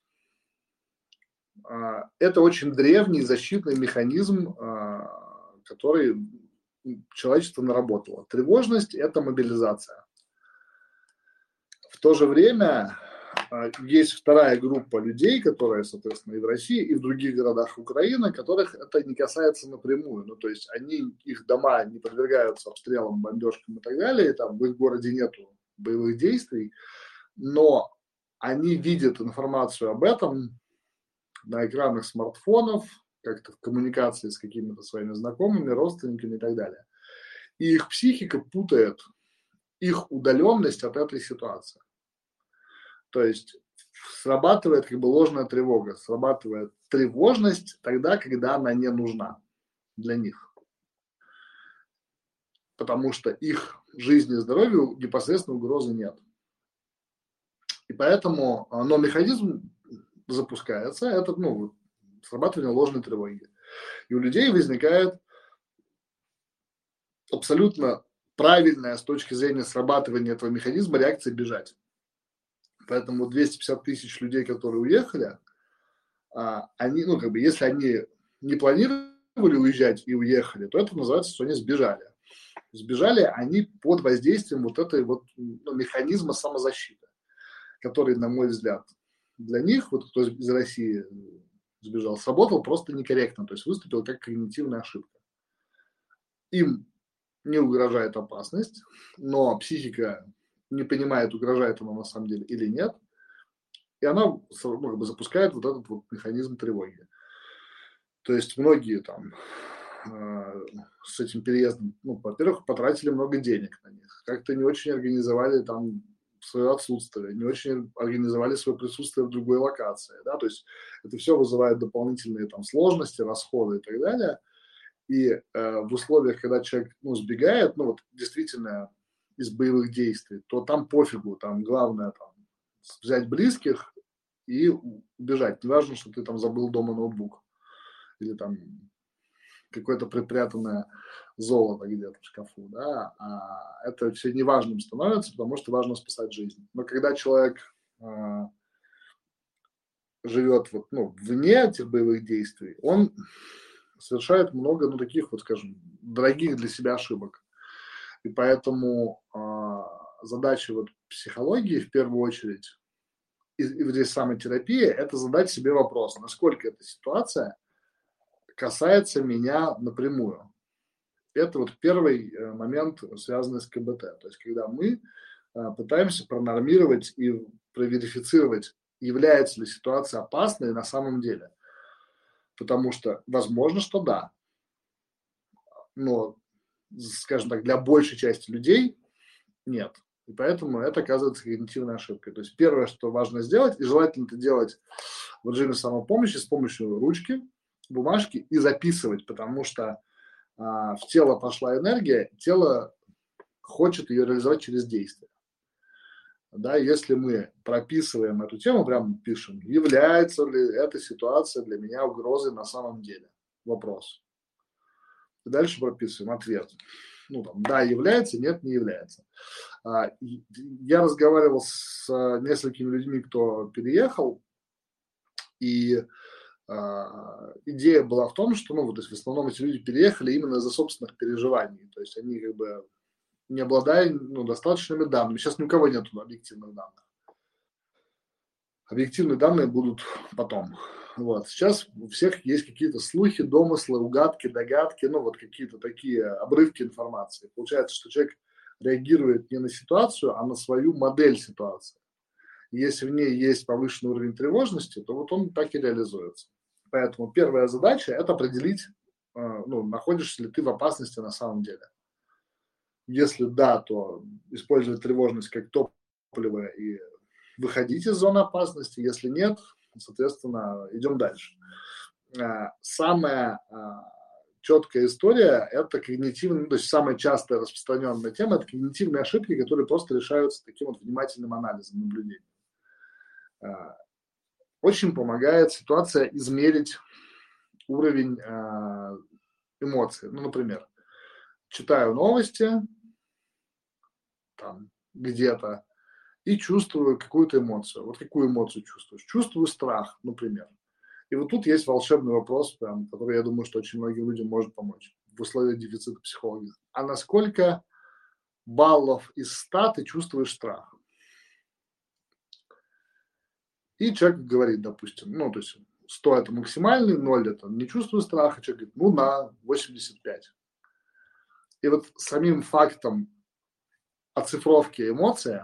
А, это очень древний защитный механизм, а, который человечество наработало. Тревожность – это мобилизация. В то же время есть вторая группа людей, которые, соответственно, и в России, и в других городах Украины, которых это не касается напрямую. Ну, то есть они, их дома не подвергаются обстрелам, бомбежкам и так далее, и там в их городе нету боевых действий, но они видят информацию об этом на экранах смартфонов, как-то в коммуникации с какими-то своими знакомыми, родственниками и так далее. И их психика путает их удаленность от этой ситуации. То есть срабатывает как бы ложная тревога, срабатывает тревожность тогда, когда она не нужна для них. Потому что их жизни и здоровью непосредственно угрозы нет. И поэтому, но механизм запускается, это ну, срабатывание ложной тревоги. И у людей возникает абсолютно правильная с точки зрения срабатывания этого механизма реакция бежать. Поэтому двести пятьдесят тысяч людей, которые уехали, они, ну, как бы, если они не планировали уезжать и уехали, то это называется, что они сбежали. Сбежали они под воздействием вот этой вот ну, механизма самозащиты, который, на мой взгляд, для них, вот кто из России сбежал, сработал просто некорректно, то есть выступил как когнитивная ошибка. Им не угрожает опасность, но психика не понимает, угрожает она на самом деле или нет, и она ну, как бы запускает вот этот вот механизм тревоги. То есть многие там с этим переездом, ну, во-первых, потратили много денег на них, как-то не очень организовали там свое отсутствие, не очень организовали свое присутствие в другой локации, да, то есть это все вызывает дополнительные там сложности, расходы и так далее. И э, в условиях, когда человек, ну, сбегает, ну, вот действительно из боевых действий, то там пофигу, там главное там взять близких и убежать. Не важно, что ты там забыл дома ноутбук или там какое-то припрятанное золото где-то в шкафу, да, а это все неважным становится, потому что важно спасать жизнь. Но когда человек э, живет вот, ну, вне этих боевых действий, он совершает много, ну, таких вот, скажем, дорогих для себя ошибок. И поэтому э, задача вот психологии в первую очередь, и, и здесь самой терапии, это задать себе вопрос, насколько эта ситуация касается меня напрямую. Это вот первый момент, связанный с ка бэ тэ. То есть, когда мы пытаемся пронормировать и проверифицировать, является ли ситуация опасной на самом деле. Потому что, возможно, что да. Но, скажем так, для большей части людей нет. И поэтому это оказывается когнитивной ошибкой. То есть первое, что важно сделать, и желательно это делать в режиме самопомощи с помощью ручки, бумажки и записывать, потому что а, в тело пошла энергия, тело хочет ее реализовать через действие. Да, если мы прописываем эту тему, прям пишем, является ли эта ситуация для меня угрозой на самом деле? Вопрос. И дальше прописываем ответ. Ну, там, да, является, нет, не является. А, я разговаривал с несколькими людьми, кто переехал, и а, идея была в том, что, ну, вот, то есть в основном эти люди переехали именно из-за собственных переживаний, то есть они как бы не обладая, ну, достаточными данными. Сейчас ни у кого нет объективных данных. Объективные данные будут потом. Вот. Сейчас у всех есть какие-то слухи, домыслы, угадки, догадки, ну вот какие-то такие обрывки информации. Получается, что человек реагирует не на ситуацию, а на свою модель ситуации. И если в ней есть повышенный уровень тревожности, то вот он так и реализуется. Поэтому первая задача – это определить, ну, находишься ли ты в опасности на самом деле. Если да, то использовать тревожность как топливо и выходить из зоны опасности. Если нет, соответственно, идем дальше. Самая четкая история – это когнитивная, то есть самая частая распространенная тема – это когнитивные ошибки, которые просто решаются таким вот внимательным анализом, наблюдением. Очень помогает ситуация измерить уровень эмоций. Ну, например, читаю новости там где-то и чувствую какую-то эмоцию. Вот какую эмоцию чувствуешь? Чувствую страх, например. И вот тут есть волшебный вопрос, прям, который, я думаю, что очень многим людям может помочь в условиях дефицита психологии. А насколько баллов из ста ты чувствуешь страх? И человек говорит, допустим, ну, то есть сто это максимальный, ноль это не чувствую страха, человек говорит, ну, на восемьдесят пять. И вот самим фактом оцифровки эмоции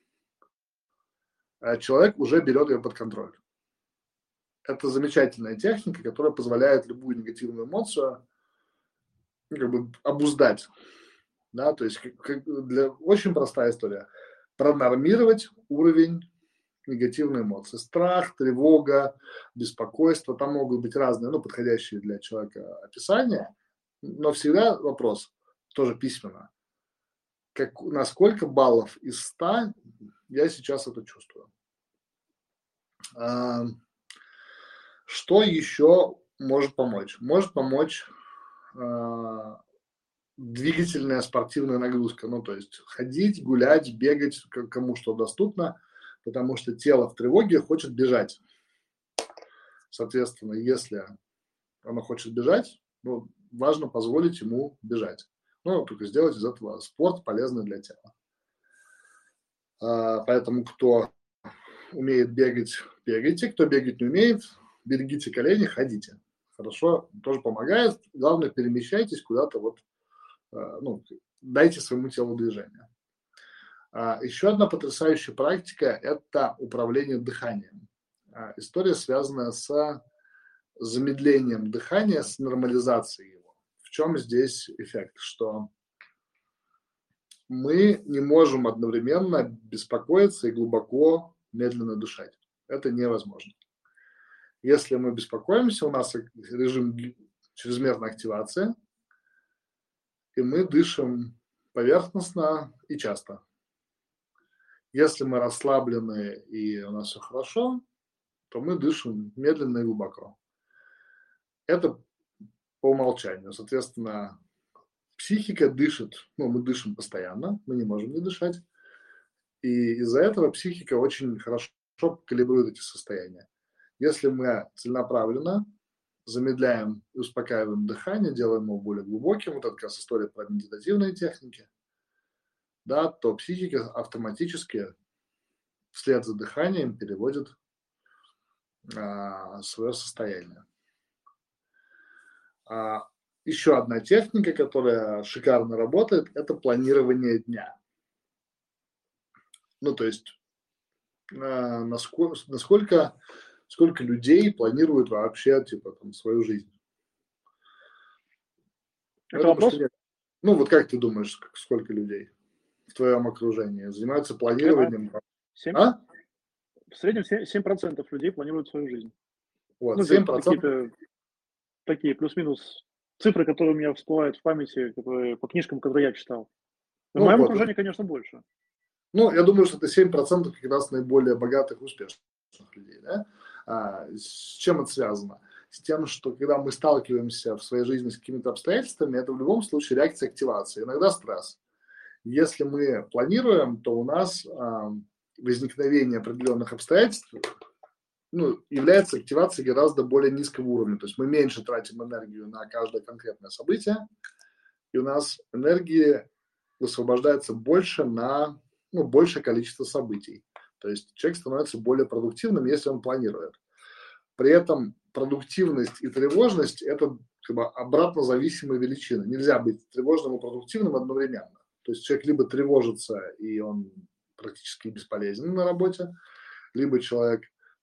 человек уже берет ее под контроль. Это замечательная техника, которая позволяет любую негативную эмоцию, ну, как бы обуздать. Да, то есть как, для, очень простая история. Пронормировать уровень негативной эмоции. Страх, тревога, беспокойство. Там могут быть разные, ну, подходящие для человека описания. Но всегда вопрос, тоже письменно. Как, на сколько баллов из ста я сейчас это чувствую? А, что еще может помочь? Может помочь а, двигательная спортивная нагрузка. Ну, то есть ходить, гулять, бегать, кому что доступно, потому что тело в тревоге хочет бежать. Соответственно, если оно хочет бежать, ну, важно позволить ему бежать. Ну, только сделать из этого спорт полезный для тела. А, поэтому кто умеет бегать, бегайте. Кто бегать не умеет, берегите колени, ходите. Хорошо, тоже помогает. Главное, перемещайтесь куда-то, вот, ну, дайте своему телу движение. А, еще одна потрясающая практика – это управление дыханием. А, история, связанная с замедлением дыхания, с нормализацией его. В чем здесь эффект? Что мы не можем одновременно беспокоиться и глубоко, медленно дышать. Это невозможно. Если мы беспокоимся, у нас режим чрезмерной активации, и мы дышим поверхностно и часто. Если мы расслаблены и у нас все хорошо, то мы дышим медленно и глубоко. Это по умолчанию. Соответственно, психика дышит, ну, мы дышим постоянно, мы не можем не дышать. И из-за этого психика очень хорошо калибрует эти состояния. Если мы целенаправленно замедляем и успокаиваем дыхание, делаем его более глубоким, вот это как раз история про медитативные техники, да, то психика автоматически вслед за дыханием переводит а, свое состояние. А, еще одна техника, которая шикарно работает, это планирование дня. Ну, то есть а, насколько, насколько сколько людей планируют вообще типа там свою жизнь. Это думаю, вопрос? что ну, вот как ты думаешь, сколько людей в твоем окружении занимаются планированием? семь. А? В среднем семь процентов людей планируют свою жизнь. Вот, ну, семь процентов. Какие-то такие плюс-минус цифры, которые у меня всплывают в памяти, которые, по книжкам, которые я читал. В ну, моем вот. окружении, конечно, больше. Ну, я думаю, что это семь процентов как раз наиболее богатых и успешных людей. Да? А, с чем это связано? С тем, что когда мы сталкиваемся в своей жизни с какими-то обстоятельствами, это в любом случае реакция активации, иногда стресс. Если мы планируем, то у нас а, возникновение определенных обстоятельств ну, является активацией гораздо более низкого уровня. То есть мы меньше тратим энергию на каждое конкретное событие, и у нас энергии высвобождается больше на ну, большее количество событий. То есть человек становится более продуктивным, если он планирует. При этом продуктивность и тревожность – это как бы обратно зависимые величины. Нельзя быть тревожным и продуктивным одновременно. То есть человек либо тревожится, и он практически бесполезен на работе, либо человек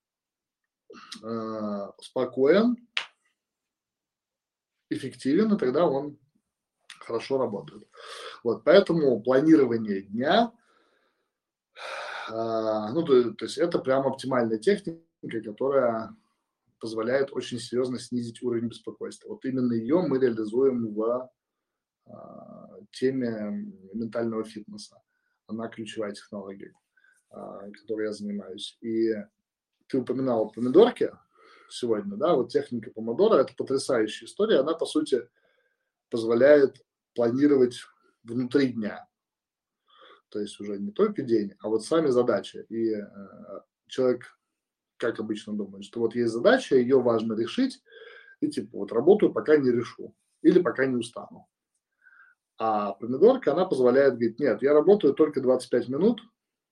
э, спокоен, эффективен, и тогда он хорошо работает. Вот, поэтому планирование дня, э, ну, то, то есть это прям оптимальная техника, которая позволяет очень серьезно снизить уровень беспокойства. Вот именно ее мы реализуем в э, теме ментального фитнеса. Она ключевая технология, э, которой я занимаюсь. И ты упоминал помидорки сегодня, да, вот техника помодоро – это потрясающая история. Она, по сути, позволяет планировать внутри дня. То есть уже не только день, а вот сами задачи. И э, человек, как обычно, думает, что вот есть задача, ее важно решить, и типа вот работаю, пока не решу, или пока не устану. А помидорка, она позволяет говорить, нет, я работаю только двадцать пять минут,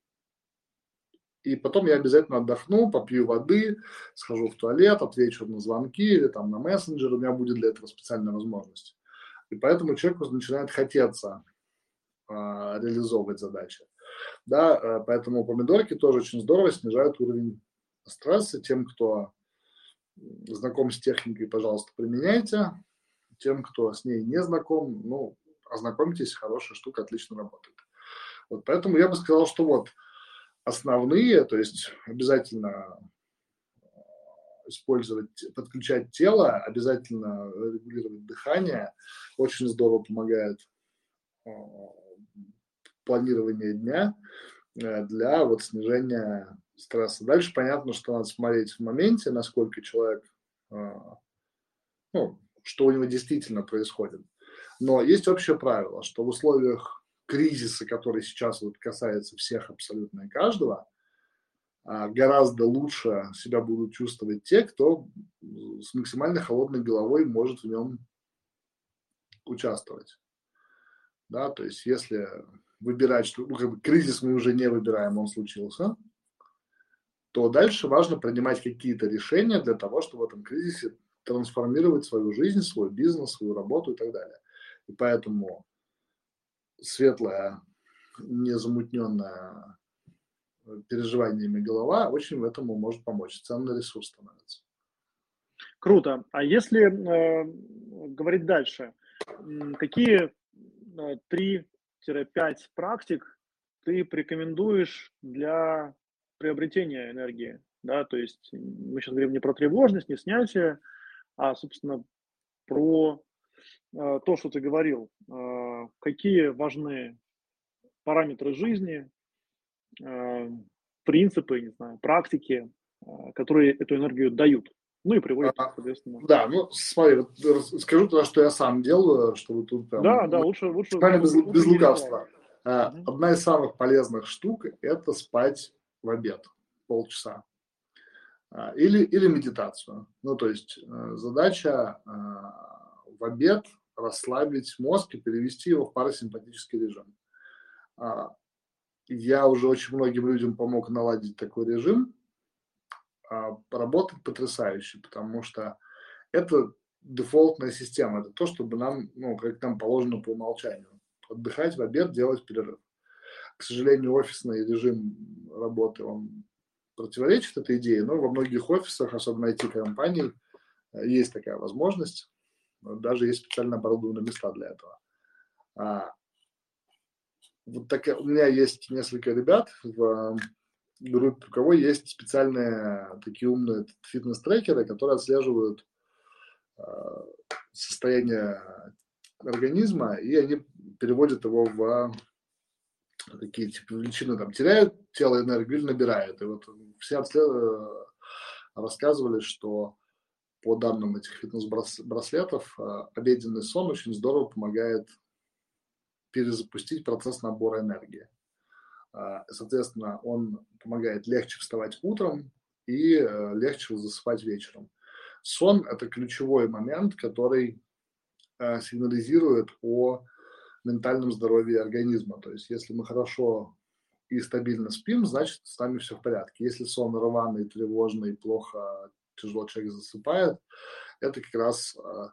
и потом я обязательно отдохну, попью воды, схожу в туалет, отвечу на звонки или там на мессенджер, у меня будет для этого специальная возможность. И поэтому человеку начинает хотеться э, реализовывать задачи. Да, э, поэтому помидорки тоже очень здорово снижают уровень стресса. Тем, кто знаком с техникой, пожалуйста, применяйте. Тем, кто с ней не знаком, ну, ознакомьтесь, хорошая штука, отлично работает. Вот поэтому я бы сказал, что вот основные, то есть обязательно использовать, подключать тело, обязательно регулировать дыхание, очень здорово помогает э, планирование дня э, для вот снижения стресса. Дальше понятно, что надо смотреть в моменте, насколько человек, э, ну, что у него действительно происходит. Но есть общее правило, что в условиях кризиса, который сейчас вот касается всех абсолютно и каждого, гораздо лучше себя будут чувствовать те, кто с максимально холодной головой может в нем участвовать. Да, то есть если выбирать, что ну, как бы кризис мы уже не выбираем, он случился, то дальше важно принимать какие-то решения для того, чтобы в этом кризисе трансформировать свою жизнь, свой бизнес, свою работу и так далее. И поэтому светлая, незамутненная переживаниями голова очень в этом может помочь. Ценный ресурс становится. Круто. А если э, говорить дальше, какие три-пять практик ты порекомендуешь для приобретения энергии? Да, то есть мы сейчас говорим не про тревожность, не снятие, а, собственно, про э, то, что ты говорил. Э, какие важны параметры жизни, э, принципы, не знаю, практики, э, которые эту энергию дают, ну и приводят, А, соответственно. да, ну смотри, вот рас- скажу то, что я сам делаю, чтобы тут прям Да, да, лучше, лучше, максимально без, без лучше не ритуал. лукавства. А, Мгм. Одна из самых полезных штук – это спать в обед полчаса. А, Или, или медитацию. Ну, то есть э, задача э, в обед расслабить мозг и перевести его в парасимпатический режим. А, Я уже очень многим людям помог наладить такой режим. А, Работает потрясающе, потому что это дефолтная система. Это то, чтобы нам, ну, как нам положено по умолчанию. Отдыхать в обед, делать перерыв. К сожалению, офисный режим работы, он противоречит этой идее, но во многих офисах, особенно ай ти-компаний, есть такая возможность. Даже есть специально оборудованные места для этого. А, вот такая, у меня есть несколько ребят в группе, у кого есть специальные такие умные фитнес-трекеры, которые отслеживают а, состояние организма, и они переводят его в такие типа величины, там, теряют тело энергию или набирают. И вот все обслед- рассказывали, что по данным этих фитнес-браслетов, обеденный сон очень здорово помогает перезапустить процесс набора энергии. Соответственно, он помогает легче вставать утром и легче засыпать вечером. Сон – это ключевой момент, который сигнализирует о ментальном здоровье организма. То есть, если мы хорошо и стабильно спим, значит, с нами все в порядке. Если сон рваный, тревожный, плохо, тяжело человек засыпает, это как раз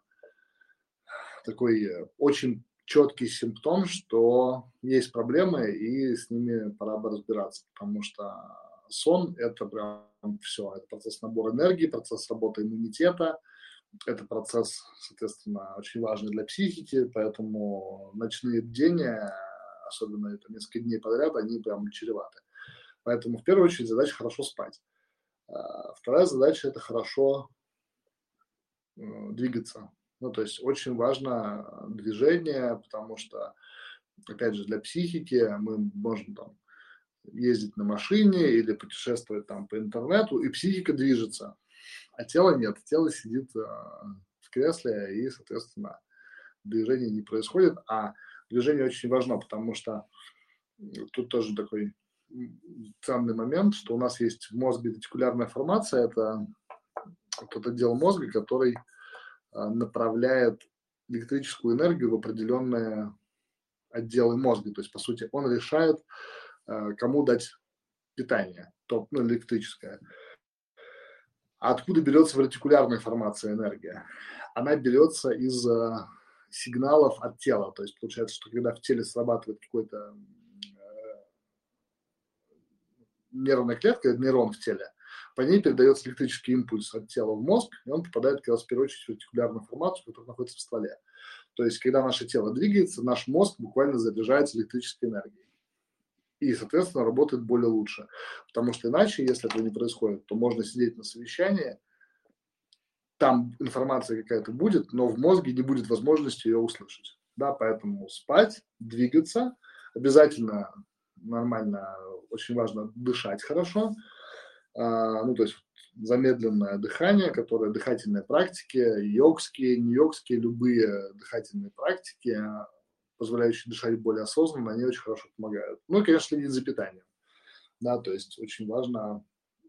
такой очень четкий симптом, что есть проблемы, и с ними пора бы разбираться, потому что сон – это прям все. Это процесс набора энергии, процесс работы иммунитета, это процесс, соответственно, очень важный для психики, поэтому ночные бдения, особенно это несколько дней подряд, они прям чреваты. Поэтому в первую очередь задача хорошо спать. Вторая задача – это хорошо двигаться. Ну, то есть очень важно движение, потому что, опять же, для психики мы можем там ездить на машине или путешествовать там по интернету, и психика движется, а тело нет. Тело сидит э, в кресле, и, соответственно, движение не происходит. А движение очень важно, потому что тут тоже такой ценный момент, что у нас есть в мозге ретикулярная формация, это тот отдел мозга, который направляет электрическую энергию в определенные отделы мозга. То есть, по сути, он решает, кому дать питание, то, ну, электрическое. А откуда берется в ретикулярной формации энергия? Она берется из сигналов от тела. То есть, получается, что когда в теле срабатывает какой-то нервная клетка, нейрон в теле, по ней передается электрический импульс от тела в мозг, и он попадает, как раз, в первую очередь, в ретикулярную формацию, которая находится в стволе. То есть, когда наше тело двигается, наш мозг буквально заряжается электрической энергией. И, соответственно, работает более лучше. Потому что иначе, если этого не происходит, то можно сидеть на совещании, там информация какая-то будет, но в мозге не будет возможности ее услышать. Да, поэтому спать, двигаться, обязательно нормально, очень важно дышать хорошо, а, ну, то есть замедленное дыхание, которое дыхательные практики, йогские, не йогские, любые дыхательные практики, позволяющие дышать более осознанно, они очень хорошо помогают. Ну и, конечно, следить за питанием. Да, то есть очень важно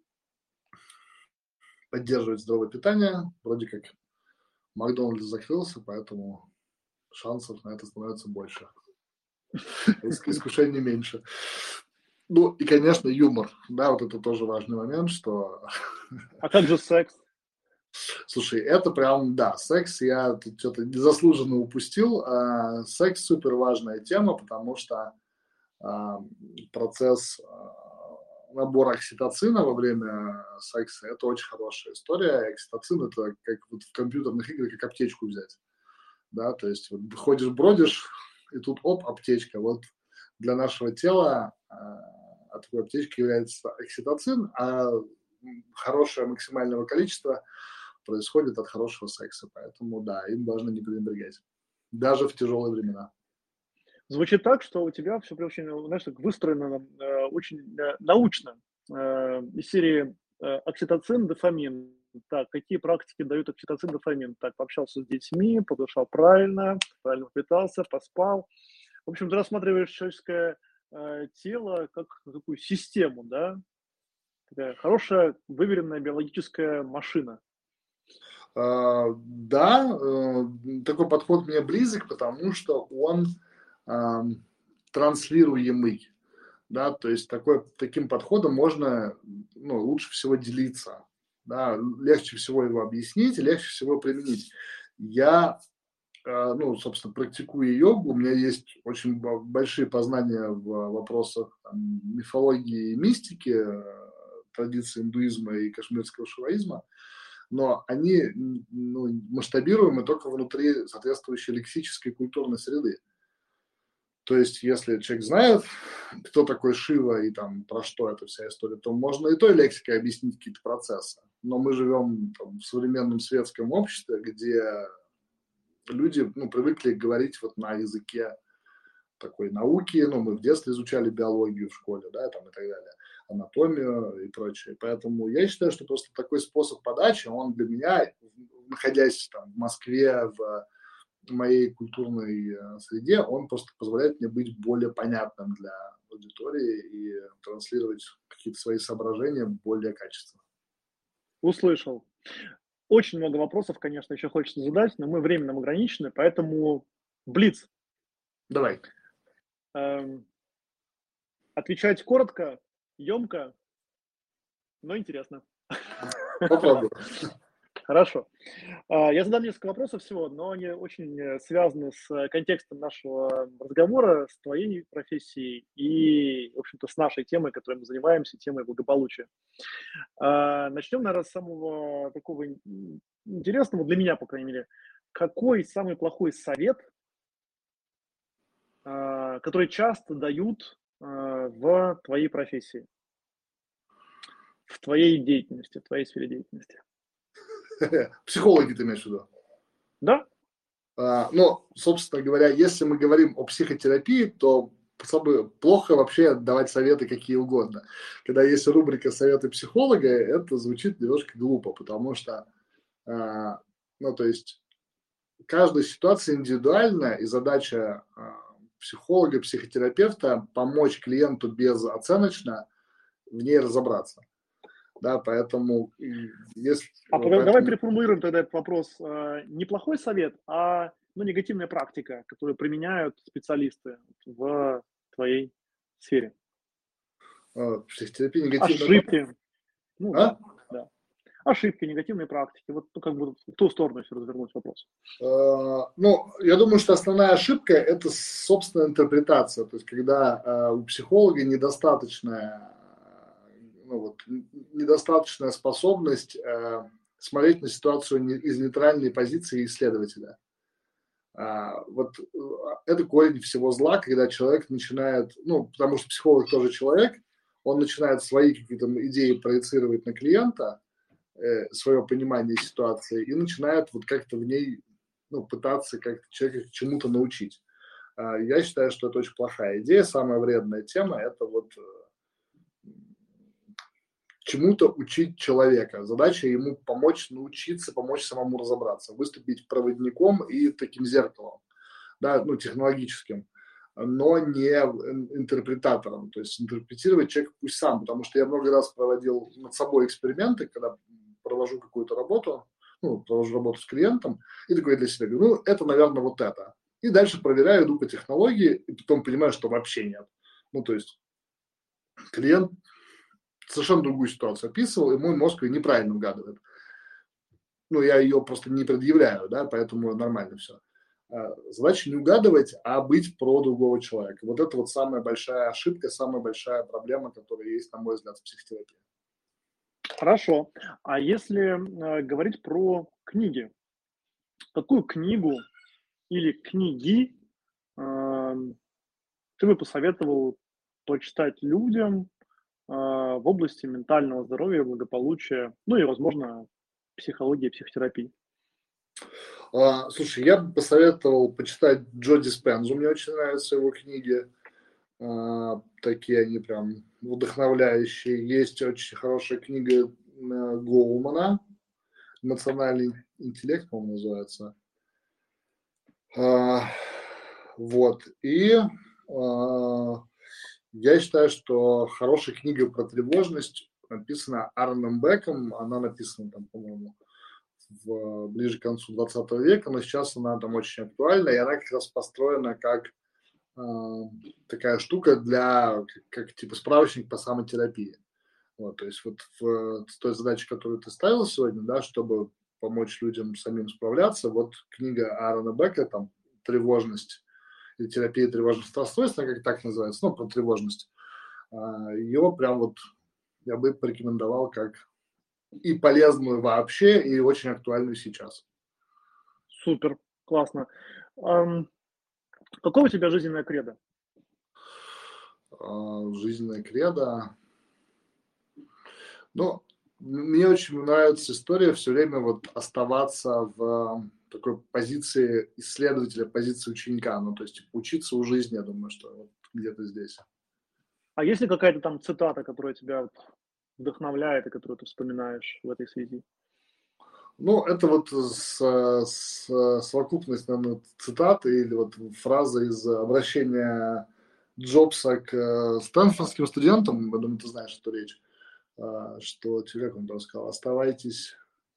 поддерживать здоровое питание. Вроде как Макдональдс закрылся, поэтому шансов на это становится больше. Искушений меньше. Ну и, конечно, юмор. Да, вот это тоже важный момент, что... А как же секс? Слушай, это прям, да, секс я тут что-то незаслуженно упустил. А, секс супер важная тема, потому что а, процесс а, набора окситоцина во время секса – это очень хорошая история. Окситоцин – это как вот в компьютерных играх, как аптечку взять. да, то есть вот ходишь, бродишь, и тут оп, аптечка. Вот для нашего тела а такой аптечкой является окситоцин, а хорошее максимального количества происходит от хорошего секса. Поэтому, да, им важно не пренебрегать, даже в тяжелые времена. Звучит так, что у тебя все очень, знаешь, так выстроено э, очень э, научно. Э, из серии э, окситоцин, дофамин. Так, какие практики дают окситоцин, дофамин? Так, пообщался с детьми, подышал правильно, правильно питался, поспал. В общем, ты рассматриваешь человеческое э, тело как такую систему, да? Такая хорошая, выверенная биологическая машина. А, Да, э, такой подход мне близок, потому что он ам, транслируемый, да, то есть такой, таким подходом можно, ну, лучше всего делиться, да, легче всего его объяснить, легче всего применить. Я, э, ну, собственно, практикую йогу, у меня есть очень бо- большие познания в вопросах там, мифологии и мистики, э, традиции индуизма и кашмирского шиваизма, но они ну, масштабируемы только внутри соответствующей лексической и культурной среды. То есть, если человек знает, кто такой Шива и там про что эта вся история, то можно и той лексикой объяснить какие-то процессы. Но мы живем там, в современном светском обществе, где люди ну, привыкли говорить вот на языке такой науки, ну, мы в детстве изучали биологию в школе, да, там и так далее, анатомию и прочее. Поэтому я считаю, что просто такой способ подачи, он для меня, находясь там в Москве, в моей культурной э, среде, он просто позволяет мне быть более понятным для аудитории и транслировать какие-то свои соображения более качественно. Услышал. Очень много вопросов, конечно, еще хочется задать, но мы временем ограничены, поэтому блиц. Давай. Эм, отвечать коротко, емко, но интересно. Попробую. Хорошо. А, Я задам несколько вопросов всего, но они очень э, связаны с э, контекстом нашего разговора, с твоей профессией и, в общем-то, с нашей темой, которой мы занимаемся, темой благополучия. А, Начнем, наверное, с самого такого ин- интересного для меня, по крайней мере. Какой самый плохой совет, а, который часто дают а, в твоей профессии, в твоей деятельности, в твоей сфере деятельности? Психологи ты имеешь в виду? Да? А, Ну, собственно говоря, если мы говорим о психотерапии, то особо плохо вообще давать советы какие угодно. Когда есть рубрика «Советы психолога», это звучит немножко глупо, потому что, а, ну, то есть каждая ситуация индивидуальна, и задача а, психолога, психотерапевта помочь клиенту безоценочно в ней разобраться. Да, поэтому, м, если, А пога- давай поэтому переформулируем тогда этот вопрос. А, Неплохой совет, а ну, негативная практика, которую применяют специалисты в твоей сфере. э, психотерапия негативная практика. Ошибки. Ну А? да, да. Ошибки, негативные практики. Вот ну, как бы в ту сторону, если развернуть вопрос. Э, Ну, я думаю, что основная ошибка – это собственная интерпретация. То есть, когда э, у психолога недостаточная, ну, вот, н- недостаточная способность э, смотреть на ситуацию не- из нейтральной позиции исследователя. А, Вот э, это корень всего зла, когда человек начинает, ну, потому что психолог тоже человек, он начинает свои какие-то идеи проецировать на клиента, э, свое понимание ситуации и начинает вот как-то в ней ну, пытаться как человека к чему-то научить. А, Я считаю, что это очень плохая идея. Самая вредная тема – это вот э, чему-то учить человека. Задача ему помочь научиться, помочь самому разобраться, выступить проводником и таким зеркалом, да, ну, технологическим, но не интерпретатором. То есть интерпретировать человек пусть сам, потому что я много раз проводил над собой эксперименты, когда провожу какую-то работу, ну, провожу работу с клиентом, и такой для себя говорю, ну, это, наверное, вот это. И дальше проверяю, иду по технологии, и потом понимаю, что вообще нет. Ну, то есть клиент совершенно другую ситуацию описывал, и мой мозг ее неправильно угадывает. Ну, я ее просто не предъявляю, да, поэтому нормально все. Задача не угадывать, а быть про другого человека. Вот это вот самая большая ошибка, самая большая проблема, которая есть, на мой взгляд, в психотерапии. Хорошо. А если э, говорить про книги, какую книгу или книги э, ты бы посоветовал почитать людям э, в области ментального здоровья, благополучия, ну и, возможно, психологии, психотерапии? А, слушай, я бы посоветовал почитать Джо Диспензу, мне очень нравятся его книги. А, такие они прям вдохновляющие. Есть очень хорошая книга э, Гоумана «Эмоциональный интеллект», по-моему, называется. А, вот. И а, я считаю, что хорошая книга про тревожность написана Аароном Беком. Она написана там, по-моему, в, ближе к концу двадцатого века, но сейчас она там очень актуальна, и она как раз построена как э, такая штука для, как, как типа справочник по самотерапии. Вот, то есть вот в, в той задаче, которую ты ставил сегодня, да, чтобы помочь людям самим справляться, вот книга Аарона Бека, там, «Тревожность» или «Терапия тревожных расстройств», она как так называется, ну, про тревожность, ее прям вот я бы порекомендовал как и полезную вообще, и очень актуальную сейчас. Супер, классно. Ам, какое у тебя жизненное кредо? А, жизненная кредо. Ну, мне очень нравится история все время вот оставаться в такой позиции исследователя, позиции ученика. Ну, то есть типа, учиться у жизни, я думаю, что вот где-то здесь. А есть ли какая-то там цитата, которая тебя вот вдохновляет и которую ты вспоминаешь в этой связи? Ну, это вот с, с, совокупность, наверное, цитаты или вот фраза из обращения Джобса к э, стэнфордским студентам, я думаю, ты знаешь эту речь, а, что, как он там сказал, оставайтесь,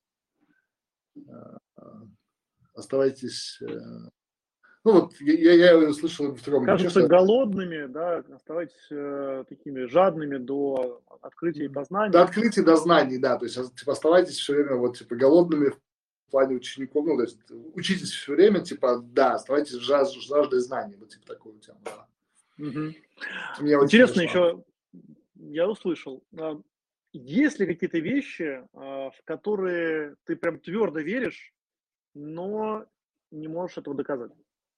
а, оставайтесь, э, ну вот я, я его слышал в таком ключе, Кажутся что голодными, да, оставайтесь э, такими жадными до открытия и до познания. открытия, до знаний, да, то есть типа оставайтесь все время вот типа голодными в плане учеников, ну, то есть учитесь все время, типа, да, оставайтесь жаж, жаждой знаний, вот типа такую тему, да. Мгм. Мне очень Интересно зашло. еще, я услышал, а, есть ли какие-то вещи, а, в которые ты прям твердо веришь, но не можешь этого доказать?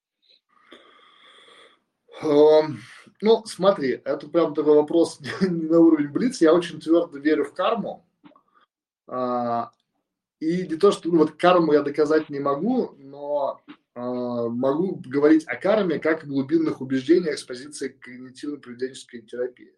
Эм, Ну, смотри, это прям такой вопрос не на уровень Блиц. Я очень твердо верю в карму. А, И не то, что ну, вот карму я доказать не могу, но а, могу говорить о карме как о глубинных убеждениях с позиции когнитивно-поведенческой терапии.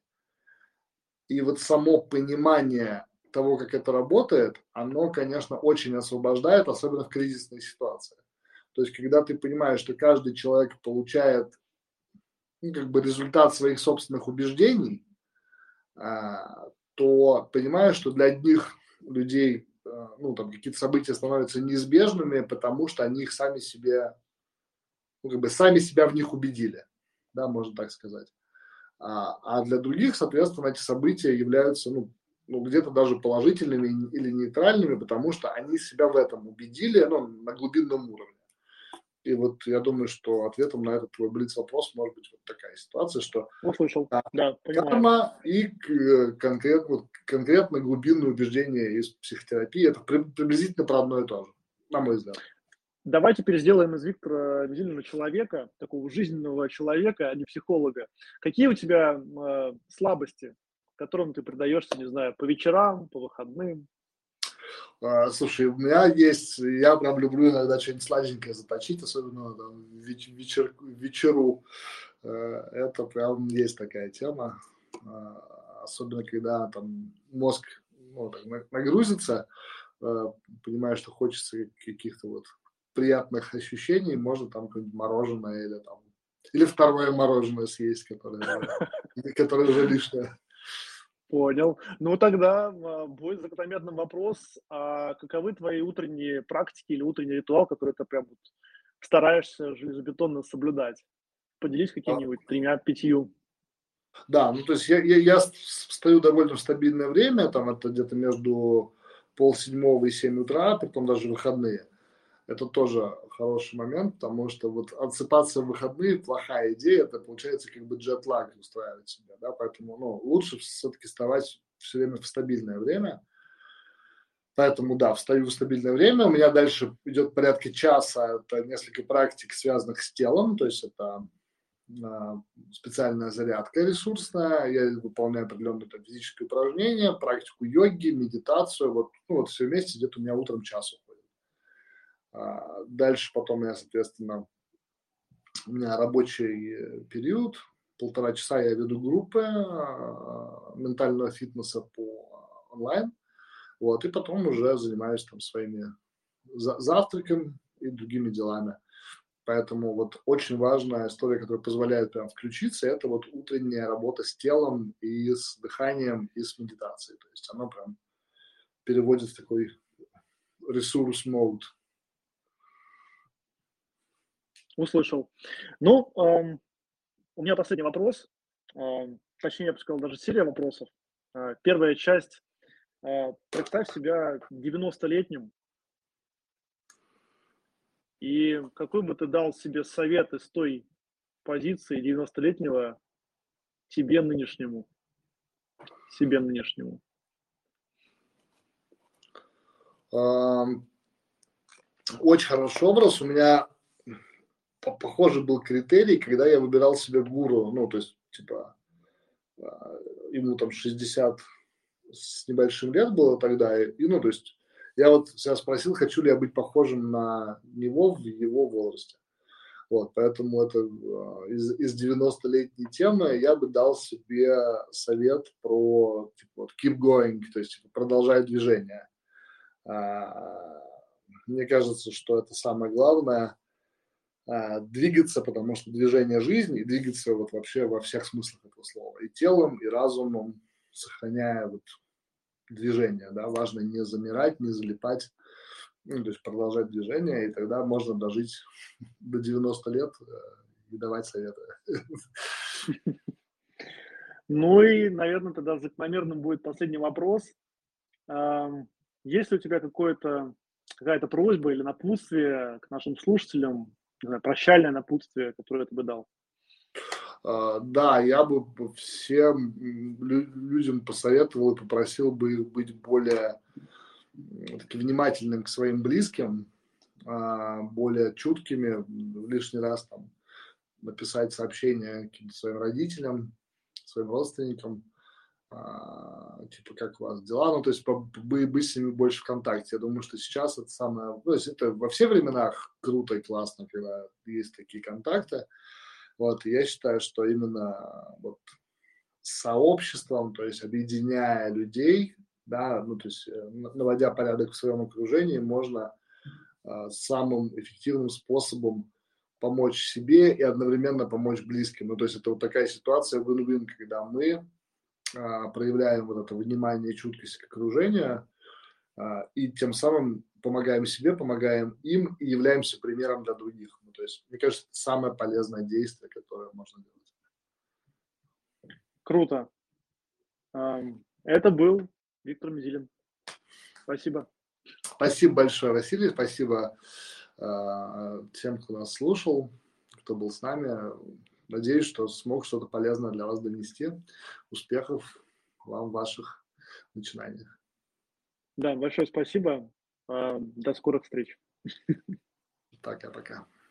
И вот само понимание того, как это работает, оно, конечно, очень освобождает, особенно в кризисной ситуации. То есть, когда ты понимаешь, что каждый человек получает ну, как бы результат своих собственных убеждений, а, то понимаешь, что для одних людей а, ну, там какие-то события становятся неизбежными, потому что они их сами себе, ну, как бы сами себя в них убедили, да, можно так сказать. А, а для других, соответственно, эти события являются, ну, ну, где-то даже положительными или нейтральными, потому что они себя в этом убедили, ну, на глубинном уровне. И вот я думаю, что ответом на этот твой блиц-вопрос может быть вот такая ситуация, что Услышал, а, да, понимаю. карма и конкретно, вот, конкретно глубинные убеждения из психотерапии, это при, приблизительно про одно и то же, на мой взгляд. Давай теперь сделаем из Виктора действительно человека, такого жизненного человека, а не психолога. Какие у тебя э, слабости, которым ты предаешься, не знаю, по вечерам, по выходным? А, слушай, у меня есть, я прям люблю иногда что-нибудь сладенькое заточить, особенно там, веч, вечер, вечеру. Э, Это прям есть такая тема. А, особенно когда там мозг ну, так, нагрузится, э, понимаешь, что хочется каких-то вот приятных ощущений, можно там какое-нибудь мороженое или там или второе мороженое съесть, которое, которое уже лишнее. Понял. Ну тогда а, будет закономерным вопрос, а каковы твои утренние практики или утренний ритуал, который ты прям вот стараешься железобетонно соблюдать? Поделись какими-нибудь тремя-пятью. Да, ну то есть я, я, я встаю довольно в стабильное время, там это где-то между полседьмого и семь утра, потом даже выходные. Это тоже хороший момент, потому что вот отсыпаться в выходные плохая идея, это получается как бы джетлаг устраивать себе, да, поэтому ну, лучше все-таки вставать все время в стабильное время. Поэтому, да, встаю в стабильное время. У меня дальше идет порядка часа. Это несколько практик, связанных с телом. То есть это а, специальная зарядка ресурсная. Я выполняю определенные там, физические упражнения, практику йоги, медитацию. Вот, ну, вот все вместе где-то у меня утром час уходит. А, дальше потом я, соответственно, у меня рабочий период. Полтора часа я веду группы а, ментального фитнеса по онлайн. Вот, и потом уже занимаюсь там своими за- завтраком и другими делами. Поэтому вот очень важная история, которая позволяет прям включиться, это вот утренняя работа с телом и с дыханием, и с медитацией. То есть оно прям переводит в такой ресурс мод. Услышал. Ну, эм, у меня последний вопрос. Эм, точнее, я бы сказал, даже серия вопросов. Э, первая часть. Э, представь себя девяностолетним, и какой бы ты дал себе совет из той позиции девяностолетнего тебе нынешнему, себе нынешнему? Эм, Очень хороший образ. У меня по- похожий был критерий, когда я выбирал себе гуру. Ну, то есть, типа, а, ему там шестьдесят с небольшим лет было тогда. И, ну, то есть, я вот себя спросил, хочу ли я быть похожим на него в его возрасте. Вот, поэтому это а, из, из девяностолетней темы я бы дал себе совет про типа, вот, keep going, то есть типа, продолжай движение. А, Мне кажется, что это самое главное а, двигаться, потому что движение жизни, и двигаться вот вообще во всех смыслах этого слова, и телом, и разумом, сохраняя вот движение, да, важно не замирать, не залипать, ну, то есть продолжать движение, и тогда можно дожить до девяноста лет э, и давать советы. Ну и, наверное, тогда закономерным будет последний вопрос. Ам, есть ли у тебя какое-то какая-то просьба или напутствие к нашим слушателям, не знаю, прощальное напутствие, которое ты бы дал? А, Да, я бы всем лю- людям посоветовал и попросил бы их быть более м, таки внимательным к своим близким, а, более чуткими, лишний раз там написать сообщение каким-то своим родителям, своим родственникам, а, типа, как у вас дела, ну, то есть по- бы- быть с ними больше в контакте. Я думаю, что сейчас это самое, ну, то есть это во все временах круто и классно, когда есть такие контакты. Вот, и я считаю, что именно вот сообществом, то есть объединяя людей, да, ну, то есть э, наводя порядок в своем окружении, можно а, самым эффективным способом помочь себе и одновременно помочь близким. Ну, то есть это вот такая ситуация win-win, когда мы а, проявляем вот это внимание и чуткость к окружению, а, и тем самым помогаем себе, помогаем им и являемся примером для других. Ну, то есть, мне кажется, это самое полезное действие, которое можно делать. Круто. Ам, это был Виктор Мизилин. Спасибо. Спасибо большое, Василий, спасибо э, тем, кто нас слушал, кто был с нами. Надеюсь, что смог что-то полезное для вас донести. Успехов вам в ваших начинаниях. Да, большое спасибо. А, До скорых встреч. Пока-пока.